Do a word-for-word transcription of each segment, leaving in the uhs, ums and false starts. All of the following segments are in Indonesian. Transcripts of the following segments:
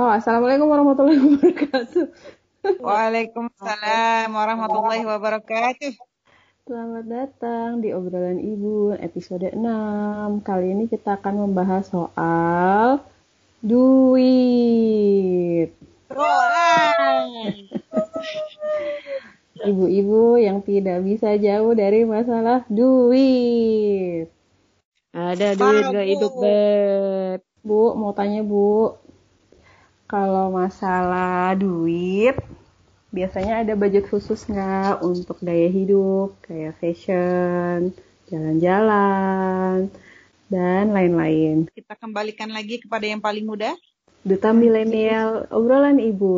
Assalamualaikum warahmatullahi wabarakatuh. Waalaikumsalam warahmatullahi wabarakatuh. Selamat datang di obrolan Ibu episode enam. Kali ini kita akan membahas soal duit. Ibu-ibu yang tidak bisa jauh dari masalah duit. Ada duit gak hidup bet. Bu, mau tanya Bu. Kalau masalah duit, biasanya ada budget khusus nggak untuk gaya hidup, kayak fashion, jalan-jalan, dan lain-lain. Kita kembalikan lagi kepada yang paling muda. Duta milenial obrolan Ibu.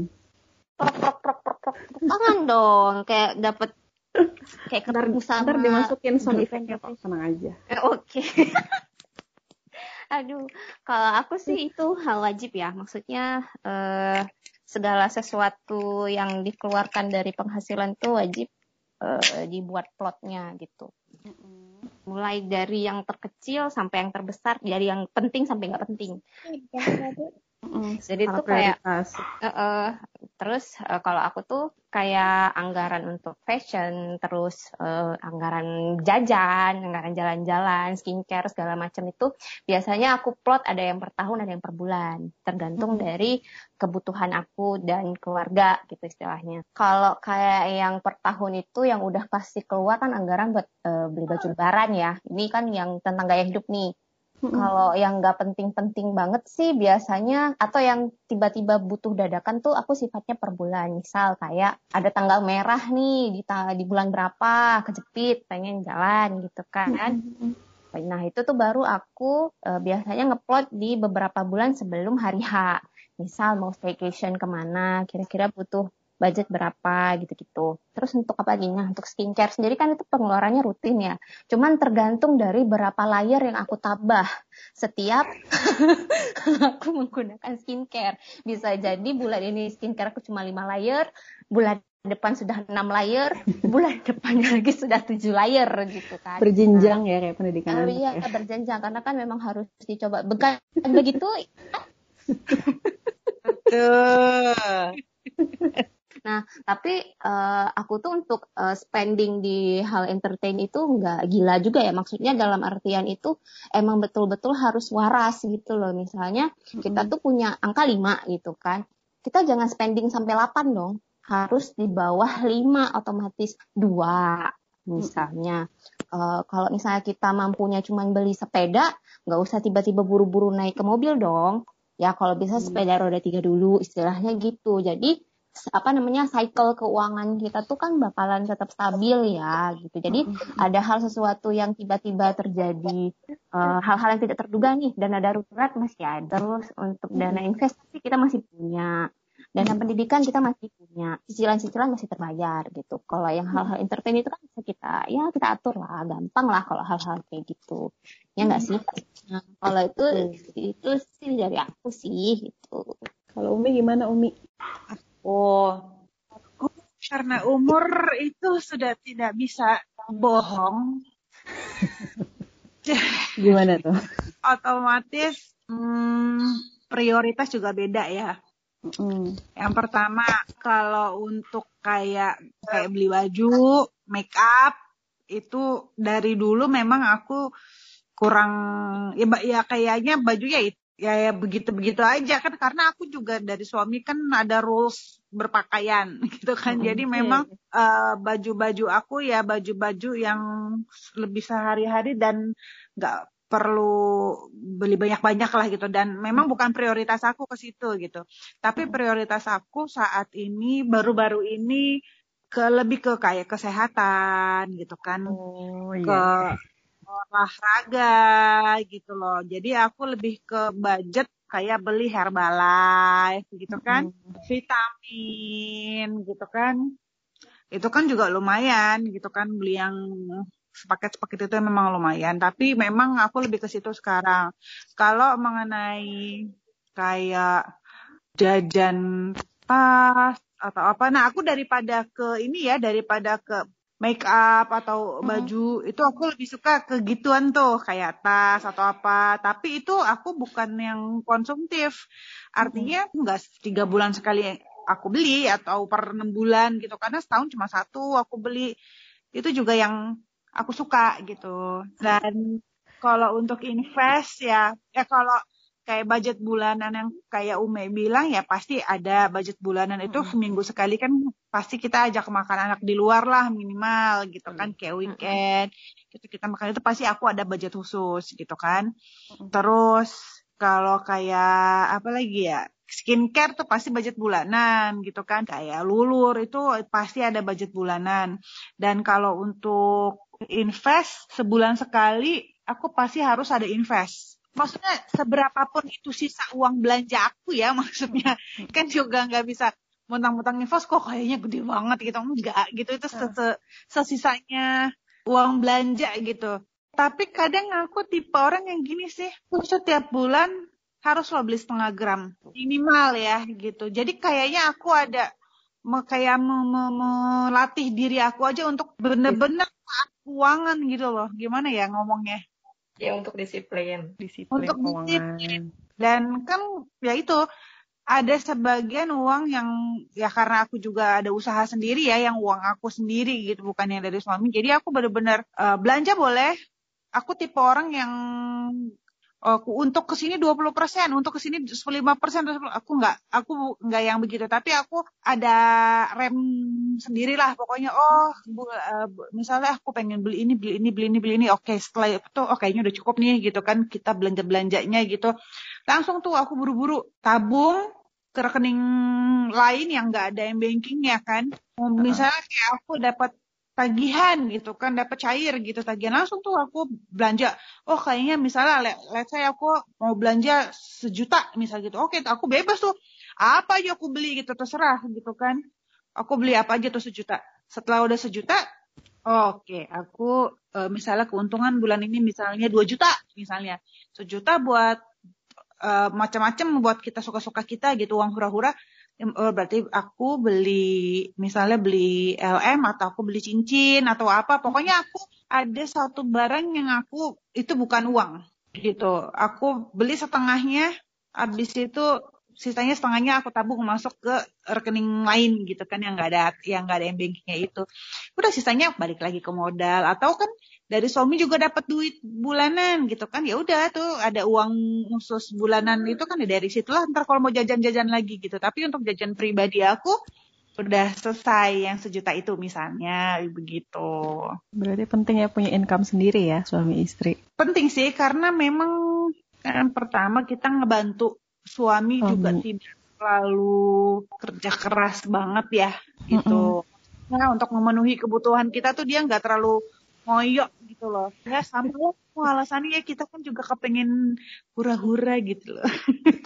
Tangan dong, kayak dapet kayak ketemu sama. Ntar dimasukin sound effect-nya kok, tenang aja. Eh, Oke. Okay. Aduh, kalau aku sih itu hal wajib ya. Maksudnya eh, segala sesuatu yang dikeluarkan dari penghasilan itu wajib eh, dibuat plotnya gitu. Mulai dari yang terkecil sampai yang terbesar, dari yang penting sampai nggak penting. Mm, jadi itu kayak uh, uh, terus uh, kalau aku tuh kayak anggaran untuk fashion, terus uh, anggaran jajan, anggaran jalan-jalan, skincare segala macam itu biasanya aku plot ada yang per tahun, ada yang per bulan, tergantung mm-hmm. dari kebutuhan aku dan keluarga gitu istilahnya. Kalau kayak yang per tahun itu yang udah pasti keluar kan anggaran buat uh, beli baju lebaran ya. Ini kan yang tentang gaya hidup nih. Mm-hmm. Kalau yang nggak penting-penting banget sih biasanya, atau yang tiba-tiba butuh dadakan tuh aku sifatnya per bulan. Misal kayak ada tanggal merah nih di, ta- di bulan berapa, kejepit, pengen jalan gitu kan. Mm-hmm. Nah itu tuh baru aku uh, biasanya ngeplot di beberapa bulan sebelum hari H. Misal mau staycation kemana, kira-kira butuh budget berapa gitu-gitu. Terus untuk apa lagi? Nah, untuk skincare sendiri kan itu pengeluarannya rutin ya. Cuman tergantung dari berapa layer yang aku tabah setiap aku menggunakan skincare. Bisa jadi bulan ini skincare aku cuma lima layer, bulan depan sudah enam layer, bulan depannya lagi sudah tujuh layer gitu kan. Berjenjang nah, ya kayak pendidikan. Oh iya, ya. Berjenjang karena kan memang harus dicoba. Bukan begitu. Betul. Nah, tapi uh, aku tuh untuk uh, spending di hal entertain itu nggak gila juga ya. Maksudnya dalam artian itu emang betul-betul harus waras gitu loh. Misalnya kita tuh punya angka lima gitu kan. Kita jangan spending sampai delapan dong. Harus di bawah lima otomatis dua misalnya. Uh, kalau misalnya kita mampunya cuma beli sepeda, nggak usah tiba-tiba buru-buru naik ke mobil dong. Ya kalau bisa sepeda roda tiga dulu istilahnya gitu. Jadi apa namanya cycle keuangan kita tuh kan bakalan tetap stabil ya gitu. Jadi mm-hmm. ada hal sesuatu yang tiba-tiba terjadi, uh, hal-hal yang tidak terduga nih, dana darurat masih ada, terus untuk dana investasi kita masih punya, dana pendidikan kita masih punya, cicilan-cicilan masih terbayar gitu. Kalau yang hal-hal entertain itu kan bisa kita ya kita atur lah, gampang lah kalau hal-hal kayak gitu. Ya nggak sih? Nah, kalau itu itu sih dari aku sih gitu. Kalau Umi gimana Umi? Oh, karena umur itu sudah tidak bisa bohong. Gimana tuh? Otomatis hmm, prioritas juga beda ya. Mm. Yang pertama, kalau untuk kayak kayak beli baju, make up itu dari dulu memang aku kurang ya, ya kayaknya bajunya itu ya, ya begitu-begitu aja kan, karena aku juga dari suami kan ada rules berpakaian gitu kan. Mm-hmm. Jadi memang uh, baju-baju aku ya baju-baju yang lebih sehari-hari dan nggak perlu beli banyak-banyak lah gitu, dan memang bukan prioritas aku ke situ gitu. Tapi prioritas aku saat ini baru-baru ini ke lebih ke kayak kesehatan gitu kan. Oh, iya. Ke olahraga gitu loh. Jadi aku lebih ke budget kayak beli Herbalife gitu kan, mm-hmm. vitamin gitu kan. Itu kan juga lumayan gitu kan, beli yang sepaket-sepaket itu memang lumayan. Tapi memang aku lebih ke situ sekarang. Kalau mengenai kayak jajan pas atau apa, nah aku daripada ke ini ya, daripada ke make up atau baju, hmm. itu aku lebih suka ke gituan tuh, kayak tas atau apa. Tapi itu aku bukan yang konsumtif. Artinya nggak hmm. tiga bulan sekali aku beli atau per enam bulan gitu. Karena setahun cuma satu aku beli. Itu juga yang aku suka gitu. Dan kalau untuk invest ya, ya kalau kayak budget bulanan yang kayak Ume bilang ya pasti ada budget bulanan itu mm-hmm. seminggu sekali kan pasti kita ajak makan anak di luar lah minimal gitu kan mm-hmm. kayak weekend gitu kita makan itu pasti aku ada budget khusus gitu kan. Mm-hmm. Terus kalau kayak apa lagi ya skincare tuh pasti budget bulanan gitu kan kayak lulur itu pasti ada budget bulanan. Dan kalau untuk invest sebulan sekali aku pasti harus ada invest. Maksudnya seberapapun itu sisa uang belanja aku ya maksudnya kan juga nggak bisa mentang-mentang invest kok kayaknya gede banget gitu enggak gitu itu sesisanya uang belanja gitu. Tapi kadang aku tipe orang yang gini sih setiap bulan harus lo beli setengah gram minimal ya gitu. Jadi kayaknya aku ada kayak melatih diri aku aja untuk bener-bener keuangan gitu loh. Gimana ya ngomongnya? Ya untuk disiplin, disiplin untuk disiplin. Dan kan ya itu ada sebagian uang yang ya karena aku juga ada usaha sendiri ya yang uang aku sendiri gitu bukan yang dari suami. Jadi aku benar-benar uh, belanja boleh. Aku tipe orang yang aku uh, untuk kesini dua puluh persen, untuk kesini lima persen, aku nggak, aku nggak yang begitu. Tapi aku ada rem sendirilah pokoknya. Oh, bu, uh, misalnya aku pengen beli ini, beli ini, beli ini, beli ini. Oke, setelah itu, oh kayaknya udah cukup nih gitu kan. Kita belanja belanjanya gitu. Langsung tuh aku buru-buru tabung ke rekening lain yang nggak ada m banking ya kan. Misalnya kayak aku dapat tagihan gitu kan dapat cair gitu tagihan langsung tuh aku belanja. Oh kayaknya misalnya let's say aku mau belanja sejuta misal gitu. Oke aku bebas tuh apa aja aku beli gitu terserah gitu kan. Aku beli apa aja tuh sejuta. Setelah udah sejuta oke okay, aku uh, misalnya keuntungan bulan ini misalnya dua juta misalnya. Sejuta buat uh, macam-macam buat kita suka-suka kita gitu uang hura-hura. Oh, berarti aku beli misalnya beli L M atau aku beli cincin atau apa pokoknya aku ada satu barang yang aku itu bukan uang gitu aku beli setengahnya habis itu sisanya setengahnya aku tabung masuk ke rekening lain gitu kan yang nggak ada yang nggak ada m bankingnya itu udah sisanya balik lagi ke modal atau kan dari suami juga dapat duit bulanan gitu kan ya udah tuh ada uang khusus bulanan itu kan dari situlah ntar kalau mau jajan-jajan lagi gitu tapi untuk jajan pribadi aku udah selesai yang sejuta itu misalnya begitu. Berarti penting ya punya income sendiri ya suami istri. Penting sih karena memang yang pertama kita ngebantu suami oh, juga tidak terlalu kerja keras banget ya gitu. Nah untuk memenuhi kebutuhan kita tuh dia nggak terlalu ngoyok gitu loh. Ya sampai oh, alasannya ya kita kan juga kepengen hura-hura gitu loh.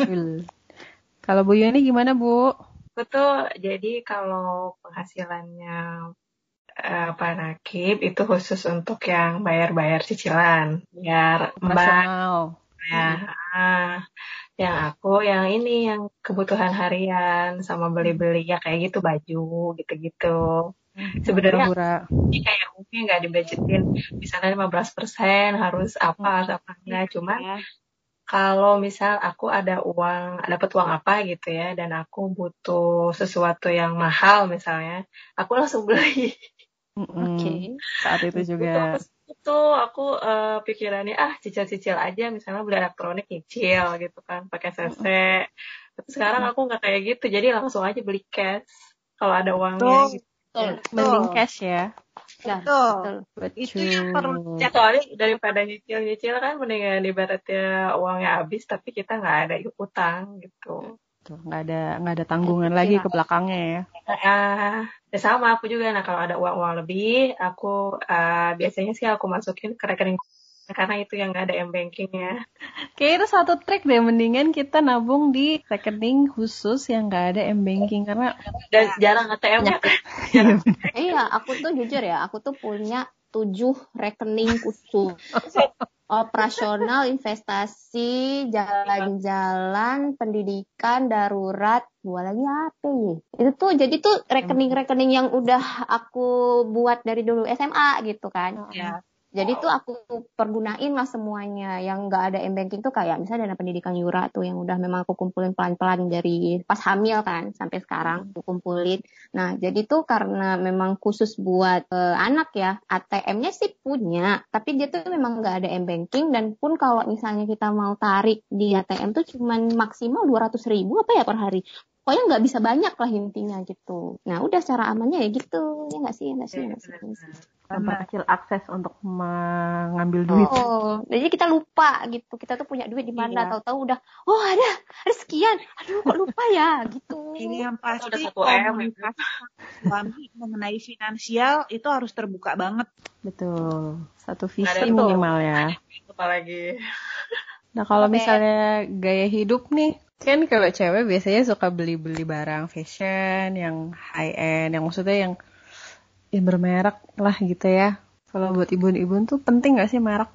Kalau Bu Yuni gimana Bu? Betul. Jadi kalau penghasilannya uh, Pak Rakib itu khusus untuk yang bayar-bayar cicilan. Biar Mbak. Ya. Hmm. Yang aku yang ini yang kebutuhan harian sama beli-beli ya kayak gitu baju gitu-gitu. Sebenarnya ini kayak mungkin nggak dibudgetin misalnya lima belas persen harus apa atau apa enggak cuma ya. Kalau misal aku ada uang dapat uang apa gitu ya dan aku butuh sesuatu yang mahal misalnya aku langsung beli. Oke. Okay. Saat itu juga itu aku uh, pikirannya ah cicil-cicil aja misalnya beli elektronik cicil gitu kan pakai C C. Tapi sekarang aku nggak kayak gitu jadi langsung aja beli cash kalau ada uangnya Tuh. gitu. Ya, mending cash ya. Betul. Betul. Itu yang perlu. Ya soalnya daripada nyicil-nyicil kan mendingan ibaratnya uangnya habis tapi kita nggak ada utang gitu. Tuh, nggak ada nggak ada tanggungan ya, lagi ke belakangnya ya. Uh, ya sama aku juga. Nah kalau ada uang-uang lebih, aku uh, biasanya sih aku masukin ke rekening karena itu yang nggak ada m bankingnya. Kayaknya itu satu trik deh, mendingan kita nabung di rekening khusus yang nggak ada m banking karena dan jarang A T M-nya. Iya, aku tuh jujur ya, aku tuh punya tujuh rekening khusus. operasional, investasi, jalan-jalan, pendidikan, darurat, dua lagi apa ya? Itu tuh jadi tuh rekening-rekening yang udah aku buat dari dulu S M A gitu kan. Ya. Jadi tuh aku pergunain lah semuanya. Yang nggak ada m-banking tuh kayak misalnya dana pendidikan Yura tuh yang udah memang aku kumpulin pelan-pelan dari pas hamil kan sampai sekarang aku kumpulin. Nah jadi tuh karena memang khusus buat uh, anak ya, A T M-nya sih punya, tapi dia tuh memang nggak ada m-banking dan pun kalau misalnya kita mau tarik di A T M tuh cuman maksimal dua ratus ribu apa ya per hari. Pokoknya nggak bisa banyak lah intinya gitu. Nah udah secara amannya ya gitu, ya nggak sih, ya nggak sih, ya nggak sih. Ya, sih. Memperkecil akses untuk mengambil duit. Oh, jadi kita lupa gitu. Kita tuh punya duit di mana? Iya. Tahu-tahu udah, oh ada, ada sekian. Aduh, kok lupa ya gitu. Ini yang pasti Udah satu M. komunikasi suami mengenai finansial itu harus terbuka banget. Betul. Satu visi Ada minimal ya. Apalagi. Nah kalau Oke. misalnya gaya hidup nih, kan kalau cewek biasanya suka beli-beli barang fashion yang high end, yang maksudnya yang yang bermerek lah gitu ya. Kalau buat ibu-ibu tuh penting nggak sih merek?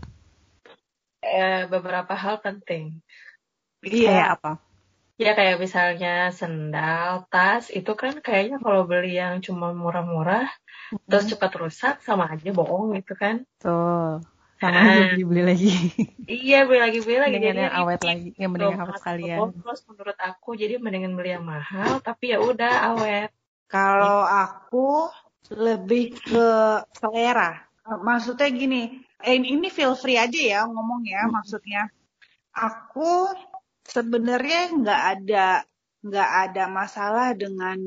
Eh, beberapa hal penting. Kayak apa? Ya kayak misalnya sendal, tas, itu kan kayaknya kalau beli yang cuma murah-murah, mm-hmm. terus cepat rusak, sama aja bohong gitu kan. Tuh, sama aja beli-beli lagi. Iya, beli lagi beli lagi. Mendingan jadi yang awet lagi, yang mendingan awet sekalian. Terus menurut aku, jadi mendingan beli yang mahal, tapi ya udah awet. Kalau aku lebih ke selera. Maksudnya gini, eh, ini feel free aja ya ngomong ya, maksudnya. Aku sebenarnya nggak ada nggak ada masalah dengan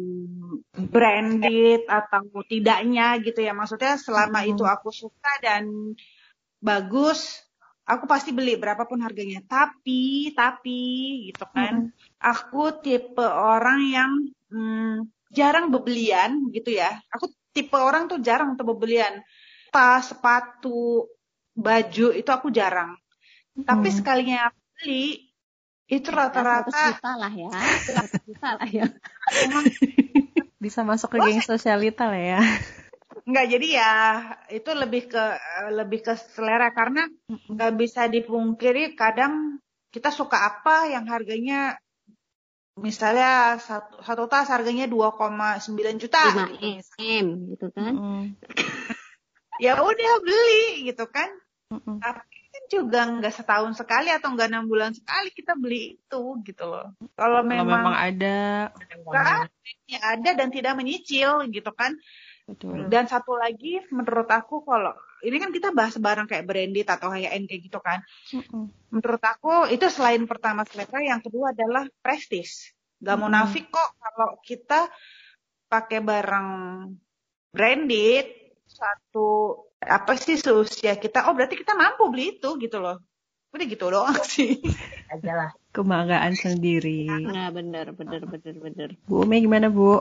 branded atau tidaknya gitu ya. Maksudnya selama hmm. itu aku suka dan bagus, aku pasti beli berapapun harganya. Tapi tapi gitu kan, hmm. aku tipe orang yang hmm, jarang bebelian gitu ya. Aku tipe orang tuh jarang untuk bebelian. Tas, sepatu, baju itu aku jarang. Hmm. Tapi sekalinya aku beli itu rata-rata seratus juta lah ya. seratus juta lah ya. Bisa masuk ke geng sosialita lah ya. Enggak, jadi ya itu lebih ke lebih ke selera karena nggak bisa dipungkiri kadang kita suka apa yang harganya misalnya satu, satu tas harganya dua koma sembilan juta lima M gitu kan. Mm. Ya udah beli gitu kan. Mm-mm. Tapi kan juga nggak setahun sekali atau nggak enam bulan sekali kita beli itu gitu loh. Kalau memang, memang ada kan, ya ada dan tidak menyicil gitu kan. Betul. Dan satu lagi menurut aku kalau ini kan kita bahas barang kayak branded atau kayak N kayak gitu kan. Mm-mm. Menurut aku itu selain pertama selera, yang kedua adalah prestis. Gak mau nafik kok kalau kita pakai barang branded satu apa sih seusia kita, oh berarti kita mampu beli itu gitu loh. Udah gitu doang sih. Aja lah. Kebanggaan sendiri. Nah bener bener bener bener. Bu Mei gimana Bu?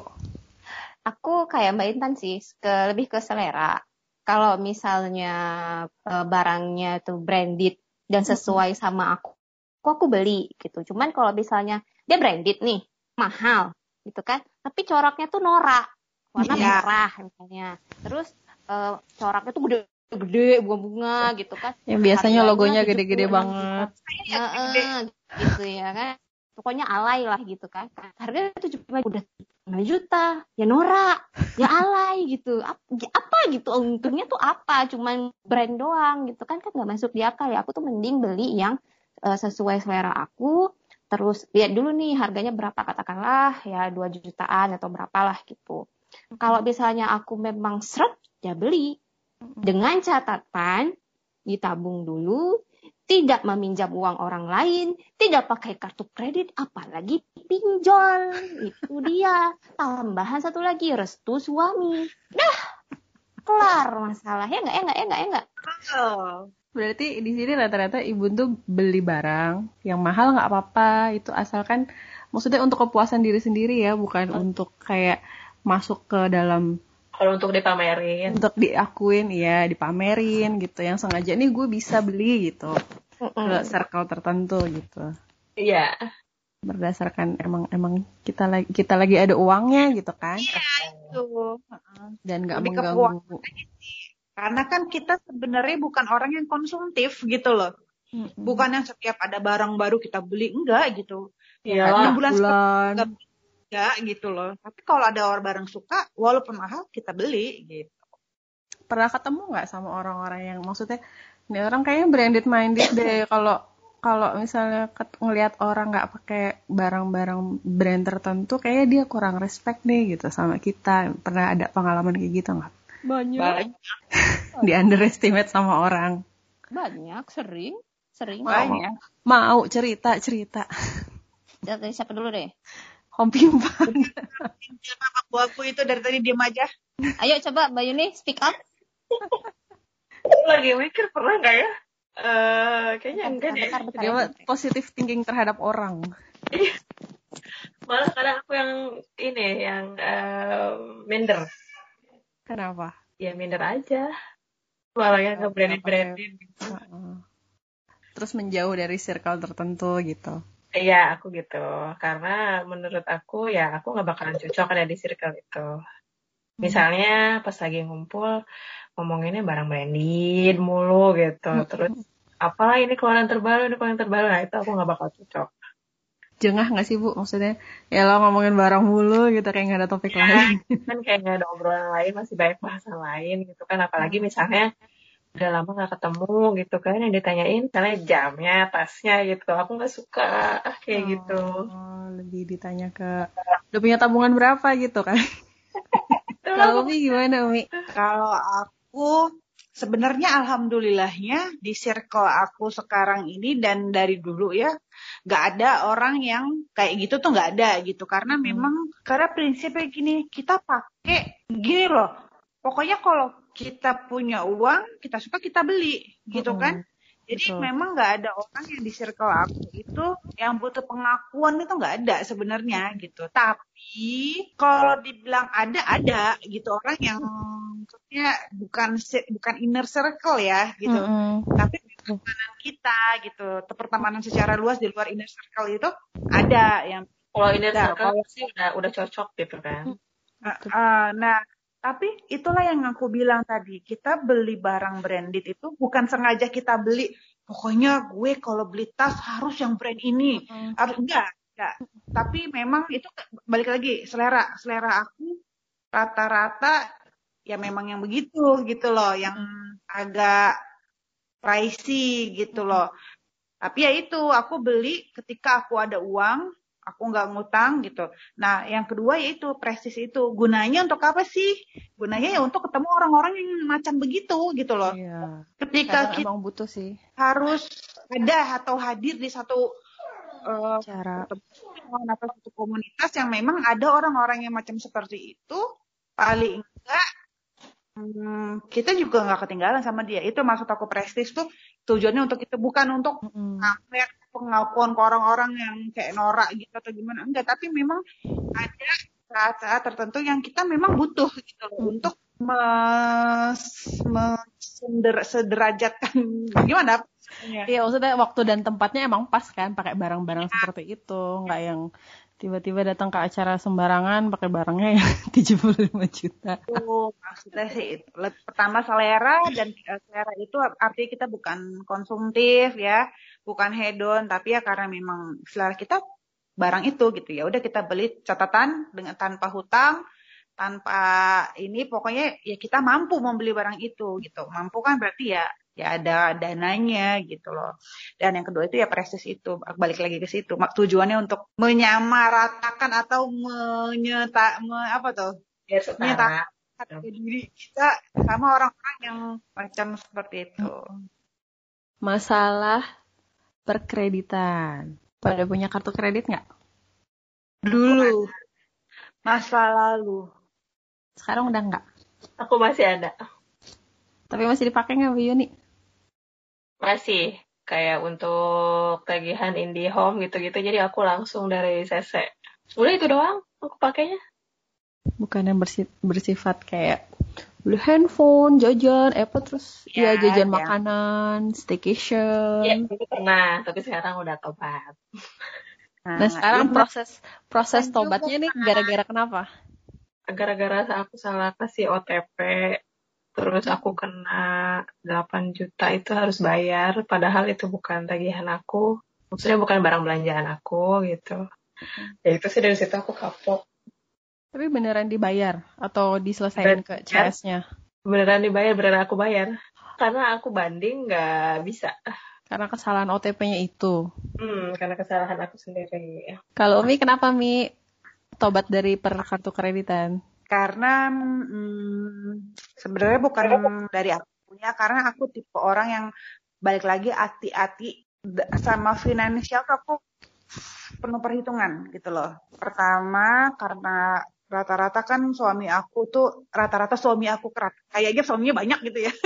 Aku kayak Mbak Intan sih, ke, lebih ke selera. Kalau misalnya e, barangnya tuh branded dan sesuai sama aku, kok aku beli gitu. Cuman kalau misalnya dia branded nih, mahal gitu kan, tapi coraknya tuh norak, warna yeah. merah misalnya. Terus e, coraknya tuh gede-gede, bunga-bunga gitu kan. Yang biasanya logonya gede-gede banget. Gitu. Nah, gitu ya kan. Pokoknya alay lah gitu kan. Harganya tuh cuma udah lima juta. Ya norak. Ya alay gitu. Apa, apa gitu. Untungnya tuh apa. Cuman brand doang gitu kan. Kan gak masuk di akal ya. Aku tuh mending beli yang uh, sesuai selera aku. Terus lihat dulu nih harganya berapa. Katakanlah ya dua jutaan atau berapalah gitu. Hmm. Kalau misalnya aku memang seret. Ya beli. Dengan catatan ditabung dulu. Tidak meminjam uang orang lain, tidak pakai kartu kredit, apalagi pinjol. Itu dia. Tambahan satu lagi, restu suami. Dah, kelar masalahnya. Enggak, enggak, enggak, enggak. Oh. Berarti di sini rata-rata ibu tuh beli barang yang mahal nggak apa-apa. Itu asalkan, maksudnya untuk kepuasan diri sendiri ya, bukan oh. untuk kayak masuk ke dalam. Kalau untuk dipamerin. Untuk diakuin, ya dipamerin gitu. Yang sengaja nih gue bisa beli gitu. Ke circle tertentu gitu. Iya. Berdasarkan emang emang kita lagi kita lagi ada uangnya gitu kan. Iya itu. Dan nggak mengganggu. Karena kan kita sebenarnya bukan orang yang konsumtif gitu loh. Mm-hmm. Bukan yang setiap ada barang baru kita beli, enggak gitu. Ya, ya bulan bulan enggak gitu loh. Tapi kalau ada orang barang suka, walaupun mahal kita beli gitu. Pernah ketemu nggak sama orang-orang yang maksudnya ini orang kayaknya branded minded deh kalau kalau misalnya ngelihat orang nggak pakai barang-barang brand tertentu kayaknya dia kurang respect deh gitu sama kita. Pernah ada pengalaman kayak gitu nggak? Banyak. Banyak. Di underestimate sama orang. Banyak, sering, sering. Banyak. Mau cerita cerita. Dari siapa dulu deh? Om Pimpan. Aku aku itu dari tadi diam aja. Ayo coba Mbak Yuni speak up. Lagi mikir pernah nggak ya? Uh, kayaknya enggak deh. Dia positive thinking terhadap orang. Malah kadang aku yang ini yang uh, minder. Kenapa? Ya minder aja. Malah yang nggak branded-branded. Gitu. Terus menjauh dari circle tertentu gitu. Iya, aku gitu. Karena menurut aku ya aku nggak bakalan cocok ada di circle itu. Misalnya pas lagi ngumpul ngomonginnya barang branded mulu gitu. Terus apalah ini keluaran terbaru, ini keluaran terbaru. Nah itu aku nggak bakal cocok. Jengah nggak sih Bu? Maksudnya ya lo ngomongin barang mulu gitu kayak nggak ada topik ya, lain. Kan kayak nggak ada obrolan lain, masih banyak bahasan lain gitu kan. Apalagi misalnya udah lama nggak ketemu gitu kan yang ditanyain misalnya jamnya, tasnya gitu. Aku nggak suka kayak oh, gitu. Oh, lebih ditanya ke udah punya tabungan berapa gitu kan? Kalau Umi gimana Umi? Kalau aku sebenarnya alhamdulillahnya di circle aku sekarang ini dan dari dulu ya nggak ada orang yang kayak gitu tuh nggak ada gitu karena hmm. memang karena prinsipnya gini kita pakai gini loh pokoknya kalau kita punya uang kita suka kita beli gitu hmm. kan. Jadi betul. Memang nggak ada orang yang di circle aku itu yang butuh pengakuan itu nggak ada sebenarnya gitu. Tapi kalau dibilang ada ada gitu orang yang maksudnya bukan bukan inner circle ya gitu. Mm-hmm. Tapi pertemanan kita gitu, pertemanan secara luas di luar inner circle itu ada yang. Kalau inner circle sih udah udah cocok gitu kan. Uh, uh, nah. Tapi itulah yang aku bilang tadi, kita beli barang branded itu bukan sengaja kita beli, pokoknya gue kalau beli tas harus yang brand ini, mm-hmm. harus enggak, enggak. Tapi memang itu balik lagi selera, selera aku rata-rata ya memang yang begitu gitu loh, yang mm-hmm. agak pricey gitu loh. Tapi ya itu aku beli ketika aku ada uang. Aku nggak ngutang gitu. Nah, yang kedua yaitu prestis itu. Gunanya untuk apa sih? Gunanya ya untuk ketemu orang-orang yang macam begitu gitu loh. Iya. Ketika kita emang butuh sih. Harus ada atau hadir di satu uh, cara atau satu komunitas yang memang ada orang-orang yang macam seperti itu, paling enggak Hmm, kita juga nggak ketinggalan sama dia. Itu maksud aku prestis tuh tujuannya untuk itu bukan untuk mm. ngamer pengakuan ke orang-orang yang kayak norak gitu atau gimana enggak. Tapi memang ada saat-saat tertentu yang kita memang butuh gitu loh mm. untuk mes, mes sederajatkan gimana? Iya maksudnya waktu dan tempatnya emang pas kan pakai barang-barang ya. Seperti itu nggak yang tiba-tiba datang ke acara sembarangan pakai barangnya yang tujuh puluh lima juta. Oh, maksudnya sih pertama selera dan uh, selera itu artinya kita bukan konsumtif ya, bukan hedon, tapi ya karena memang selera kita barang itu gitu ya. Udah kita beli catatan dengan tanpa hutang, tanpa ini pokoknya ya kita mampu membeli barang itu gitu. Mampu kan berarti ya ya ada dananya gitu loh. Dan yang kedua itu ya prestis itu balik lagi ke situ tujuannya untuk menyamaratakan atau menyeta me, apa tuh ya setara diri kita sama orang-orang yang macam seperti itu. Masalah perkreditan, pada punya kartu kredit nggak? Dulu masa lalu. Sekarang udah nggak? Aku masih ada. Tapi masih dipakai nggak Bu Yuni? Masih, kayak untuk tagihan IndiHome gitu-gitu, jadi aku langsung dari C C. Udah itu doang aku pakainya. Bukan yang bersif- bersifat kayak beli handphone, jajan, apa terus ya, ya jajan ya. Makanan, staycation. Ya, itu pernah, tapi sekarang udah tobat. Nah, nah sekarang ya, proses proses tobatnya nih gara-gara kenapa? Gara-gara aku salah kasih O T P. Terus aku kena delapan juta itu harus bayar, padahal itu bukan tagihan aku. Maksudnya bukan barang belanjaan aku gitu. Ya itu sih dari situ aku kapok. Tapi beneran dibayar atau diselesaikan ke C S-nya? Beneran dibayar, beneran aku bayar. Karena aku banding nggak bisa. Karena kesalahan O T P-nya itu? Hmm, karena kesalahan aku sendiri. Kalau Umi, kenapa Mi tobat dari per kartu kreditan? Karena hmm, sebenarnya bukan dari aku punya, karena aku tipe orang yang balik lagi hati-hati sama finansial, aku penuh perhitungan gitu loh. Pertama karena rata-rata kan suami aku tuh rata-rata suami aku kerat, kayaknya suaminya banyak gitu ya.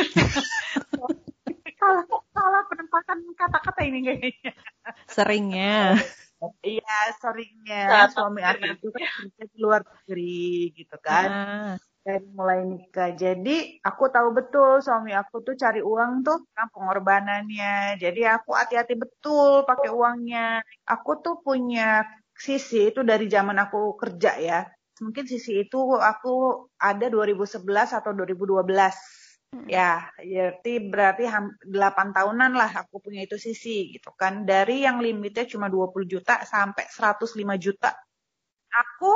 Salah salah penempatan kata-kata ini kayaknya. Seringnya. Iya, seringnya suami aku itu kan kerja di luar negeri gitu kan. Ah. Dari mulai nikah. Jadi aku tahu betul suami aku tuh cari uang tuh kan pengorbanannya. Jadi aku hati-hati betul pakai uangnya. Aku tuh punya sisi itu dari zaman aku kerja ya. Mungkin sisi itu aku ada dua ribu sebelas atau dua ribu dua belas. Ya, berarti berarti delapan tahunan lah aku punya itu sisi gitu kan. Dari yang limitnya cuma dua puluh juta sampai seratus lima juta. Aku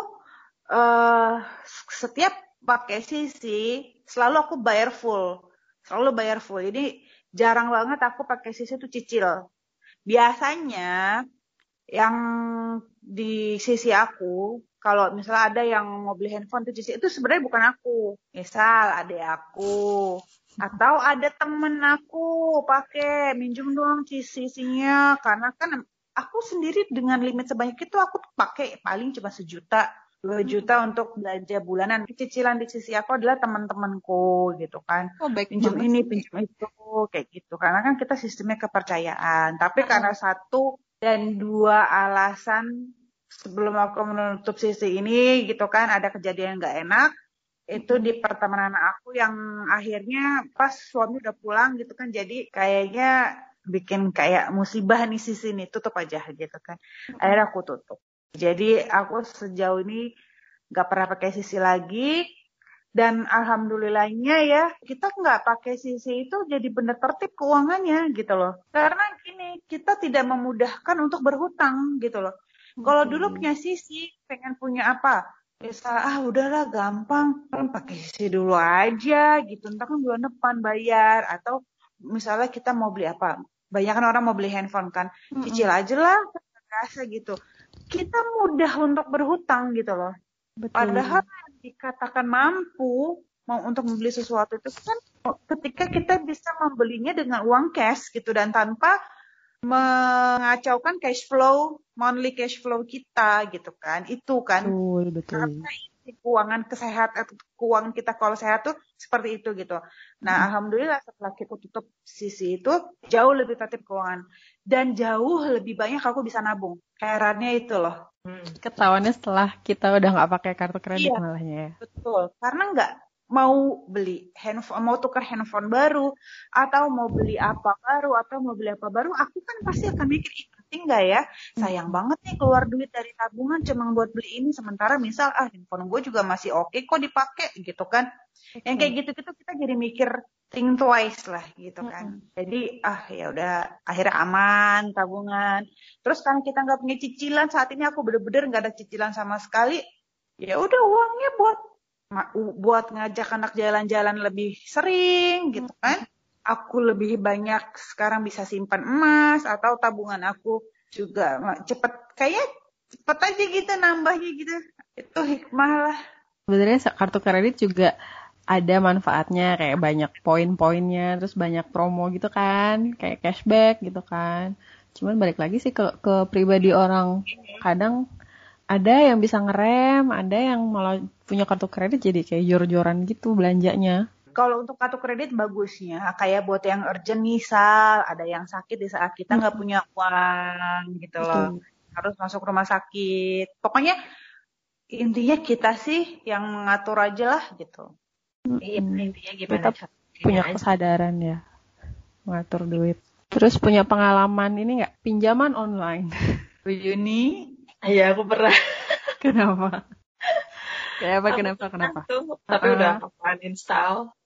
uh, setiap pakai sisi selalu aku bayar full. Selalu bayar full. Jadi jarang banget aku pakai sisi itu cicil. Biasanya yang di sisi aku, kalau misalnya ada yang mau beli handphone tuh cicil, itu sebenarnya bukan aku. Misal adik aku atau ada temen aku pakai minjem doang sisinya, karena kan aku sendiri dengan limit sebanyak itu aku pakai paling cuma sejuta, dua juta untuk belanja bulanan. Cicilan di sisi aku adalah teman-temanku gitu kan. Oh, pinjam ini, pinjam itu, kayak gitu. Karena kan kita sistemnya kepercayaan. Tapi karena satu dan dua alasan sebelum aku menutup sisi ini gitu kan, ada kejadian nggak enak. Itu di pertemanan aku yang akhirnya pas suami udah pulang gitu kan, jadi kayaknya bikin kayak musibah nih sisi nih, tutup aja gitu kan. Akhirnya aku tutup. Jadi aku sejauh ini gak pernah pakai sisi lagi. Dan alhamdulillahnya ya, kita nggak pakai sisi itu jadi bener tertib keuangannya gitu loh. Karena gini, kita tidak memudahkan untuk berhutang gitu loh. Kalau dulu punya sisi, pengen punya apa? Misal, ah udahlah gampang, kan pakai sisi dulu aja gitu. Entah kan bulan depan bayar. Atau misalnya kita mau beli apa? Banyak kan orang mau beli handphone kan. Cicil aja lah, rasa gitu. Kita mudah untuk berhutang gitu loh. Betul. Padahal dikatakan mampu mau untuk membeli sesuatu itu kan ketika kita bisa membelinya dengan uang cash gitu dan tanpa mengacaukan cash flow, monthly cash flow kita gitu kan. Itu kan. Betul, betul. Karena keuangan kesehatan, keuangan kita kalau sehat tuh seperti itu gitu. Nah, hmm. alhamdulillah setelah kita tutup sisi itu jauh lebih tertib keuangan dan jauh lebih banyak aku bisa nabung. Herannya itu loh. Hmm. Ketahuannya setelah kita udah nggak pakai kartu kredit iya, malahnya ya. Betul, karena nggak mau beli handphone, mau tukar handphone baru, atau mau beli apa baru, atau mau beli apa baru, aku kan pasti akan mikir, penting nggak ya? Sayang hmm. banget nih keluar duit dari tabungan cuma buat beli ini, sementara misal ah handphone gue juga masih oke okay, kok dipakai gitu kan? Okay. Yang kayak gitu-gitu kita jadi mikir think twice lah gitu kan. Hmm. Jadi ah ya udah akhirnya aman tabungan. Terus karena kita nggak punya cicilan saat ini, aku bener-bener nggak ada cicilan sama sekali. Ya udah uangnya buat buat ngajak anak jalan-jalan lebih sering gitu kan. Aku lebih banyak sekarang bisa simpan emas atau tabungan aku juga cepet, kayak cepet aja gitu nambahnya gitu. Itu hikmah lah. Sebenarnya kartu kredit juga ada manfaatnya, kayak banyak poin-poinnya, terus banyak promo gitu kan, kayak cashback gitu kan. Cuman balik lagi sih ke, ke pribadi orang, kadang ada yang bisa ngerem, ada yang malah punya kartu kredit jadi kayak jor-joran gitu belanjanya. Kalau untuk kartu kredit bagusnya kayak buat yang urgent, misal ada yang sakit di saat kita nggak hmm. punya uang gitu loh, hmm. harus masuk rumah sakit. Pokoknya intinya kita sih yang mengatur aja lah gitu. Hmm. Iya, intinya gimana? Kita punya kesadaran ya mengatur duit. Terus punya pengalaman ini nggak, pinjaman online? Bu Yuni? Iya, aku pernah. Kenapa? Kenapa, kenapa, kenapa? Tuh, tapi uh-huh. udah aku uninstall.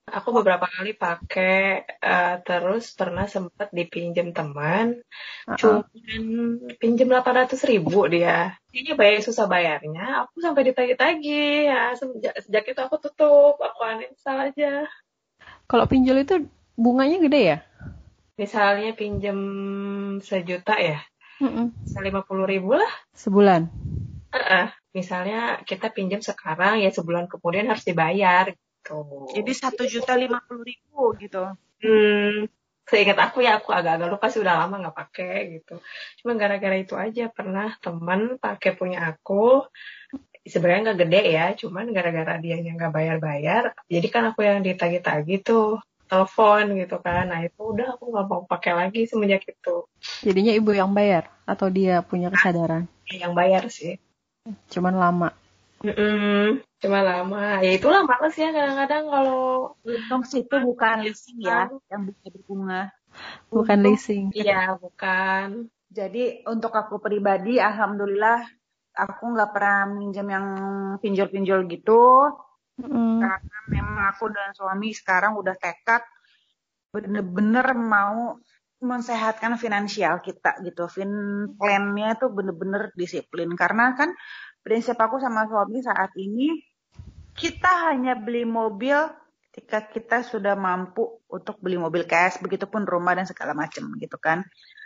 Aku beberapa kali pakai, uh, terus pernah sempat dipinjam teman, Uh-uh. cuman pinjam delapan ratus ribu dia. Kayaknya bayar susah bayarnya, aku sampai ditagih-tagih. Ya, sejak, sejak itu aku tutup, aku uninstall aja. Kalau pinjol itu bunganya gede ya? Misalnya pinjam sejuta ya, Mm-mm. lima puluh ribu lah. Sebulan? Uh-uh. Misalnya kita pinjam sekarang, ya sebulan kemudian harus dibayar. Jadi satu juta lima puluh ribu gitu. Hmm, seingat aku ya, aku agak-agak lupa sih, udah lama nggak pakai gitu. Cuma gara-gara itu aja pernah teman pakai punya aku. Sebenarnya nggak gede ya, cuman gara-gara dia yang nggak bayar-bayar, jadi kan aku yang ditagih-tagih tuh telepon gitu kan. Nah itu udah aku nggak mau pakai lagi semenjak itu. Jadinya ibu yang bayar atau dia punya kesadaran? Yang bayar sih. Cuman lama. Mm-mm, cuma lama. Ya itulah males ya kadang-kadang kalau untung sih itu bukan leasing ya, yang bisa berbunga. Bukan Untung, leasing. Iya, bukan. Jadi untuk aku pribadi, alhamdulillah aku nggak pernah minjem yang pinjol-pinjol gitu. Mm. Karena memang aku dan suami sekarang udah tekad bener-bener mau mensehatkan finansial kita gitu. Fin plan-nya tuh bener-bener disiplin. Karena kan prinsip aku sama suami saat ini, kita hanya beli mobil ketika kita sudah mampu untuk beli mobil cash, begitupun rumah dan segala macam gitu kan.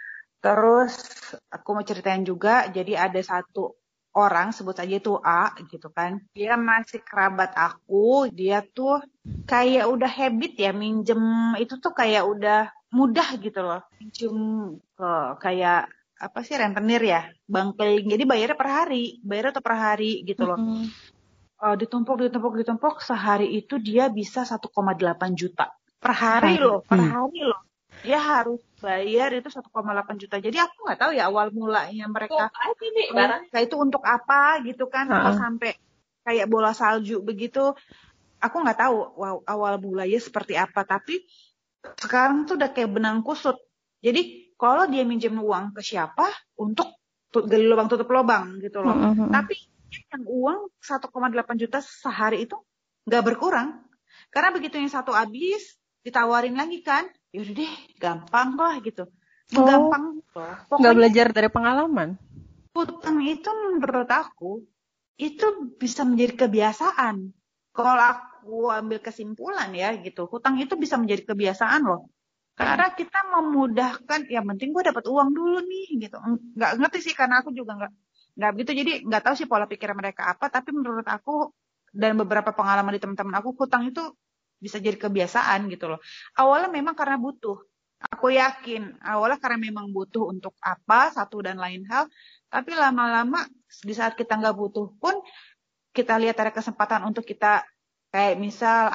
Terus aku mau ceritain juga, jadi ada satu orang, sebut saja itu A gitu kan. Dia masih kerabat aku, dia tuh kayak udah habit ya minjem, itu tuh kayak udah mudah gitu loh. Minjem ke kayak apa sih rentenir ya, bangkeling. Jadi bayarnya per hari, bayarnya tuh per hari gitu loh. Mm-hmm. Uh, ditumpuk, ditumpuk, ditumpuk, sehari itu dia bisa satu koma delapan juta. Per hari loh, per hari loh. Dia harus bayar itu satu koma delapan juta. Jadi aku nggak tahu ya awal mulanya mereka kayak itu untuk apa gitu kan. Uh-uh. Kok sampai kayak bola salju begitu. Aku nggak tahu wow, awal mulanya seperti apa. Tapi sekarang tuh udah kayak benang kusut. Jadi kalau dia minjem uang ke siapa untuk gali lubang tutup lubang gitu loh. Uh-huh. Tapi yang uang satu koma delapan juta sehari itu nggak berkurang. Karena begitu yang satu habis, ditawarin lagi kan. Yaudah deh, gampang lah gitu. Oh, gampang. Nggak belajar dari pengalaman. Hutang itu menurut aku, itu bisa menjadi kebiasaan. Kalau aku ambil kesimpulan ya gitu, hutang itu bisa menjadi kebiasaan loh. Karena kita memudahkan, ya penting gue dapat uang dulu nih gitu. Nggak ngerti sih karena aku juga nggak nggak begitu. Jadi nggak tahu sih pola pikir mereka apa. Tapi menurut aku dan beberapa pengalaman di teman-teman aku, hutang itu bisa jadi kebiasaan gitu loh. Awalnya memang karena butuh. Aku yakin awalnya karena memang butuh untuk apa satu dan lain hal. Tapi lama-lama di saat kita nggak butuh pun kita lihat ada kesempatan untuk kita kayak misal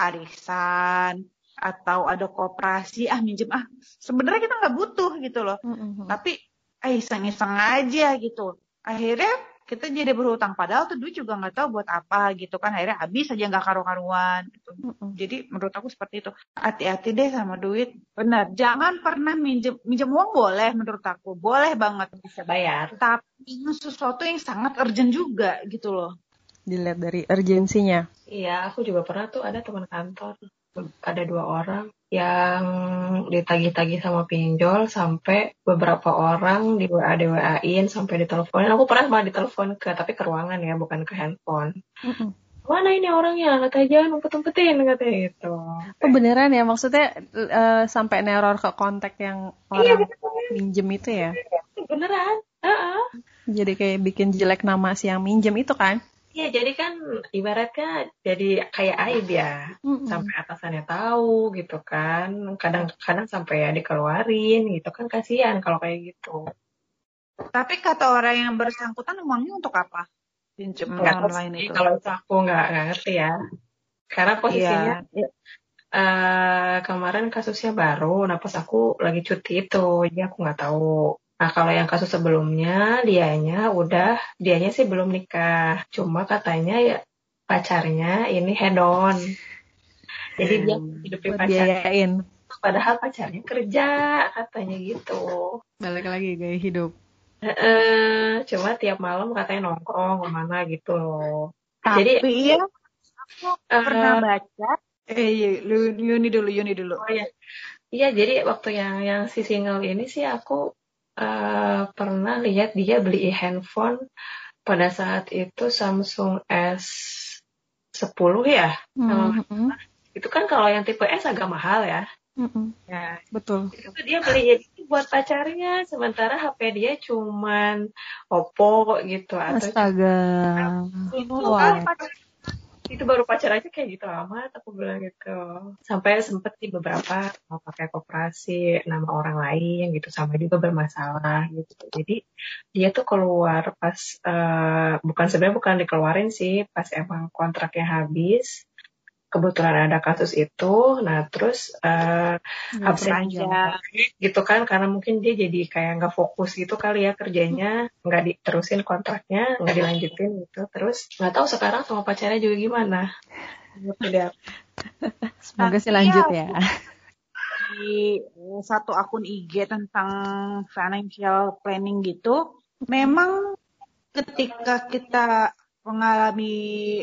arisan atau ada koperasi, ah minjem ah, sebenarnya kita nggak butuh gitu loh, mm-hmm. tapi ah iseng-iseng aja gitu, akhirnya kita jadi berhutang padahal tuh duit juga nggak tahu buat apa gitu kan, akhirnya habis aja nggak karu-karuan gitu. Mm-hmm. Jadi menurut aku seperti itu, hati-hati deh sama duit, benar, jangan pernah minjem minjem uang boleh, menurut aku boleh banget bisa bayar, tapi sesuatu yang sangat urgent juga gitu loh, dilihat dari urgensinya. Iya, aku juga pernah tuh ada teman kantor. Ada dua orang yang ditagih-tagih sama pinjol sampai beberapa orang di W A D W A-in sampai diteleponin. Aku pernah malah ditelepon ke tapi ke ruangan ya, bukan ke handphone. Mm-hmm. Mana ini orangnya? Katanya jangan umpet-umpetin katanya gitu. Oh beneran ya, maksudnya uh, sampai neror ke kontak yang orang iya, minjem itu ya? Beneran. Uh-uh. Jadi kayak bikin jelek nama si yang minjem itu kan? Iya, jadi kan ibaratnya jadi kayak aib ya, mm-hmm. sampai atasannya tahu gitu kan, kadang-kadang sampai ya dikeluarin gitu kan, kasihan kalau kayak gitu. Tapi kata orang yang bersangkutan uangnya untuk apa? Pinjam online itu. Kalau itu aku nggak ngerti ya, karena posisinya yeah. uh, kemarin kasusnya baru, nah pas aku lagi cuti itu, jadi aku nggak tahu. Nah, kalau yang kasus sebelumnya, dianya udah, dianya sih belum nikah. Cuma katanya ya pacarnya ini head on. Jadi hmm, dia hidupin pacarnya. Padahal pacarnya kerja, katanya gitu. Balik lagi gaya hidup. Uh, cuma tiap malam katanya nongkrong kemana gitu loh. Tapi Jadi, ya, aku uh, pernah baca Eh, iya, lu- Yuni dulu, Yuni dulu. Oh iya, iya jadi waktu yang yang si single ini sih aku eh, pernah lihat dia beli handphone pada saat itu Samsung S sepuluh ya. Kalau nggak Mm-mm. salah. Itu kan kalau yang tipe S agak mahal ya. Mm-mm. Ya, Betul. itu tuh dia beli itu buat pacarnya, sementara H P dia cuman Oppo gitu atau Astaga. Itu kan Why? pacar. itu baru pacar aja kayak gitu amat aku bilang gitu sampai sempet di beberapa mau pakai koperasi nama orang lain gitu sama juga bermasalah gitu jadi dia tuh keluar pas eh, bukan sebenarnya bukan dikeluarin sih pas emang kontraknya habis kebetulan ada kasus itu nah terus eh, Ya, absen perpanjang. aja gitu kan karena mungkin dia jadi kayak nggak fokus gitu kali ya kerjanya nggak diterusin kontraknya nggak dilanjutin gitu terus nggak tahu sekarang sama pacarnya juga gimana. Tidak. Semoga sih Tapi lanjut ya, ya. di eh, satu akun I G tentang financial planning gitu, memang ketika kita mengalami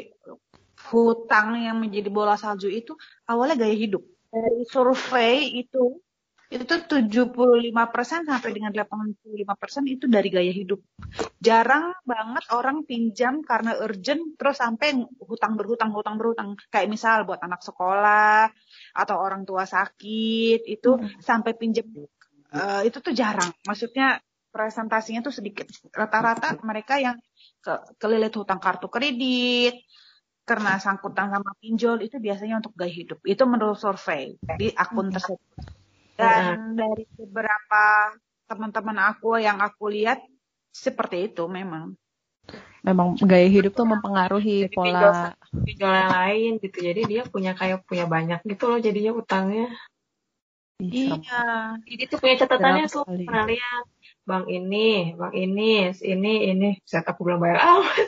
hutang yang menjadi bola salju itu awalnya gaya hidup. Dari survei itu itu tujuh puluh lima persen sampai dengan delapan puluh lima persen itu dari gaya hidup. Jarang banget orang pinjam karena urgent terus sampai hutang berhutang hutang berhutang kayak misal buat anak sekolah atau orang tua sakit itu Mm-mm. sampai pinjam uh, itu tuh jarang. Maksudnya presentasinya tuh sedikit. Rata-rata mereka yang ke, kelilit hutang kartu kredit karena sangkutan sama pinjol itu biasanya untuk gaya hidup. Itu menurut survei di akun tersebut. Dan dari beberapa teman-teman aku yang aku lihat seperti itu memang. Memang gaya hidup tuh mempengaruhi Jadi pinjol pola. pinjol yang lain gitu. Jadi dia punya kayak punya banyak gitu loh jadinya utangnya. Ih, serem. Iya. Jadi tuh punya catatannya Berapa tuh kali? pernah lihat bank ini, bank ini, ini, ini. Saya aku belum bayar amat.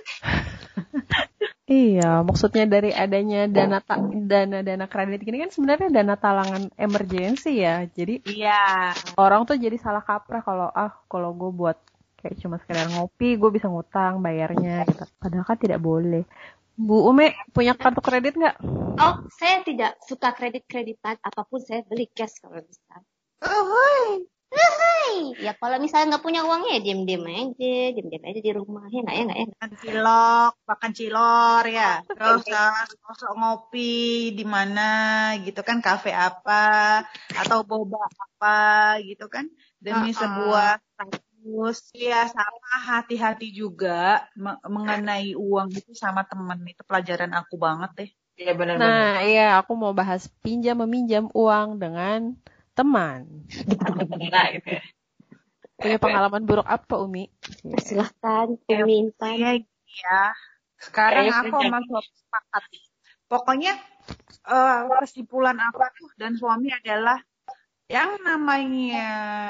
Iya, maksudnya dari adanya dana ta- dana dana kredit gini kan sebenarnya dana talangan emergensi ya. Jadi Iya. orang tuh jadi salah kaprah kalau ah kalau gue buat kayak cuma sekedar ngopi, gue bisa ngutang bayarnya gitu. Padahal kan tidak boleh. Bu Ume punya kartu kredit nggak? Oh, saya tidak suka kredit-kreditan, apapun saya beli cash kalau bisa. Oh, Hai, ya kalau misalnya nggak punya uangnya ya diem-diem aja, diem-diem aja di rumah, ya nggak ya nggak ya. makan cilok, makan cilor ya. Terus sosok ngopi di mana gitu kan, kafe apa atau boba apa gitu kan demi Uh-uh. sebuah status. Ya sama hati-hati juga me- mengenai uang itu sama temen itu pelajaran aku banget deh. Iya benar-benar. Nah, iya aku mau bahas pinjam meminjam uang dengan teman. Nah, gitu ya. Punya pengalaman buruk apa, Umi? Silahkan, Ya, minta. ya, ya. Sekarang Kayaknya aku pinjam. sama suami sepakat. Pokoknya eh, kesimpulan aku tuh dan suami adalah yang namanya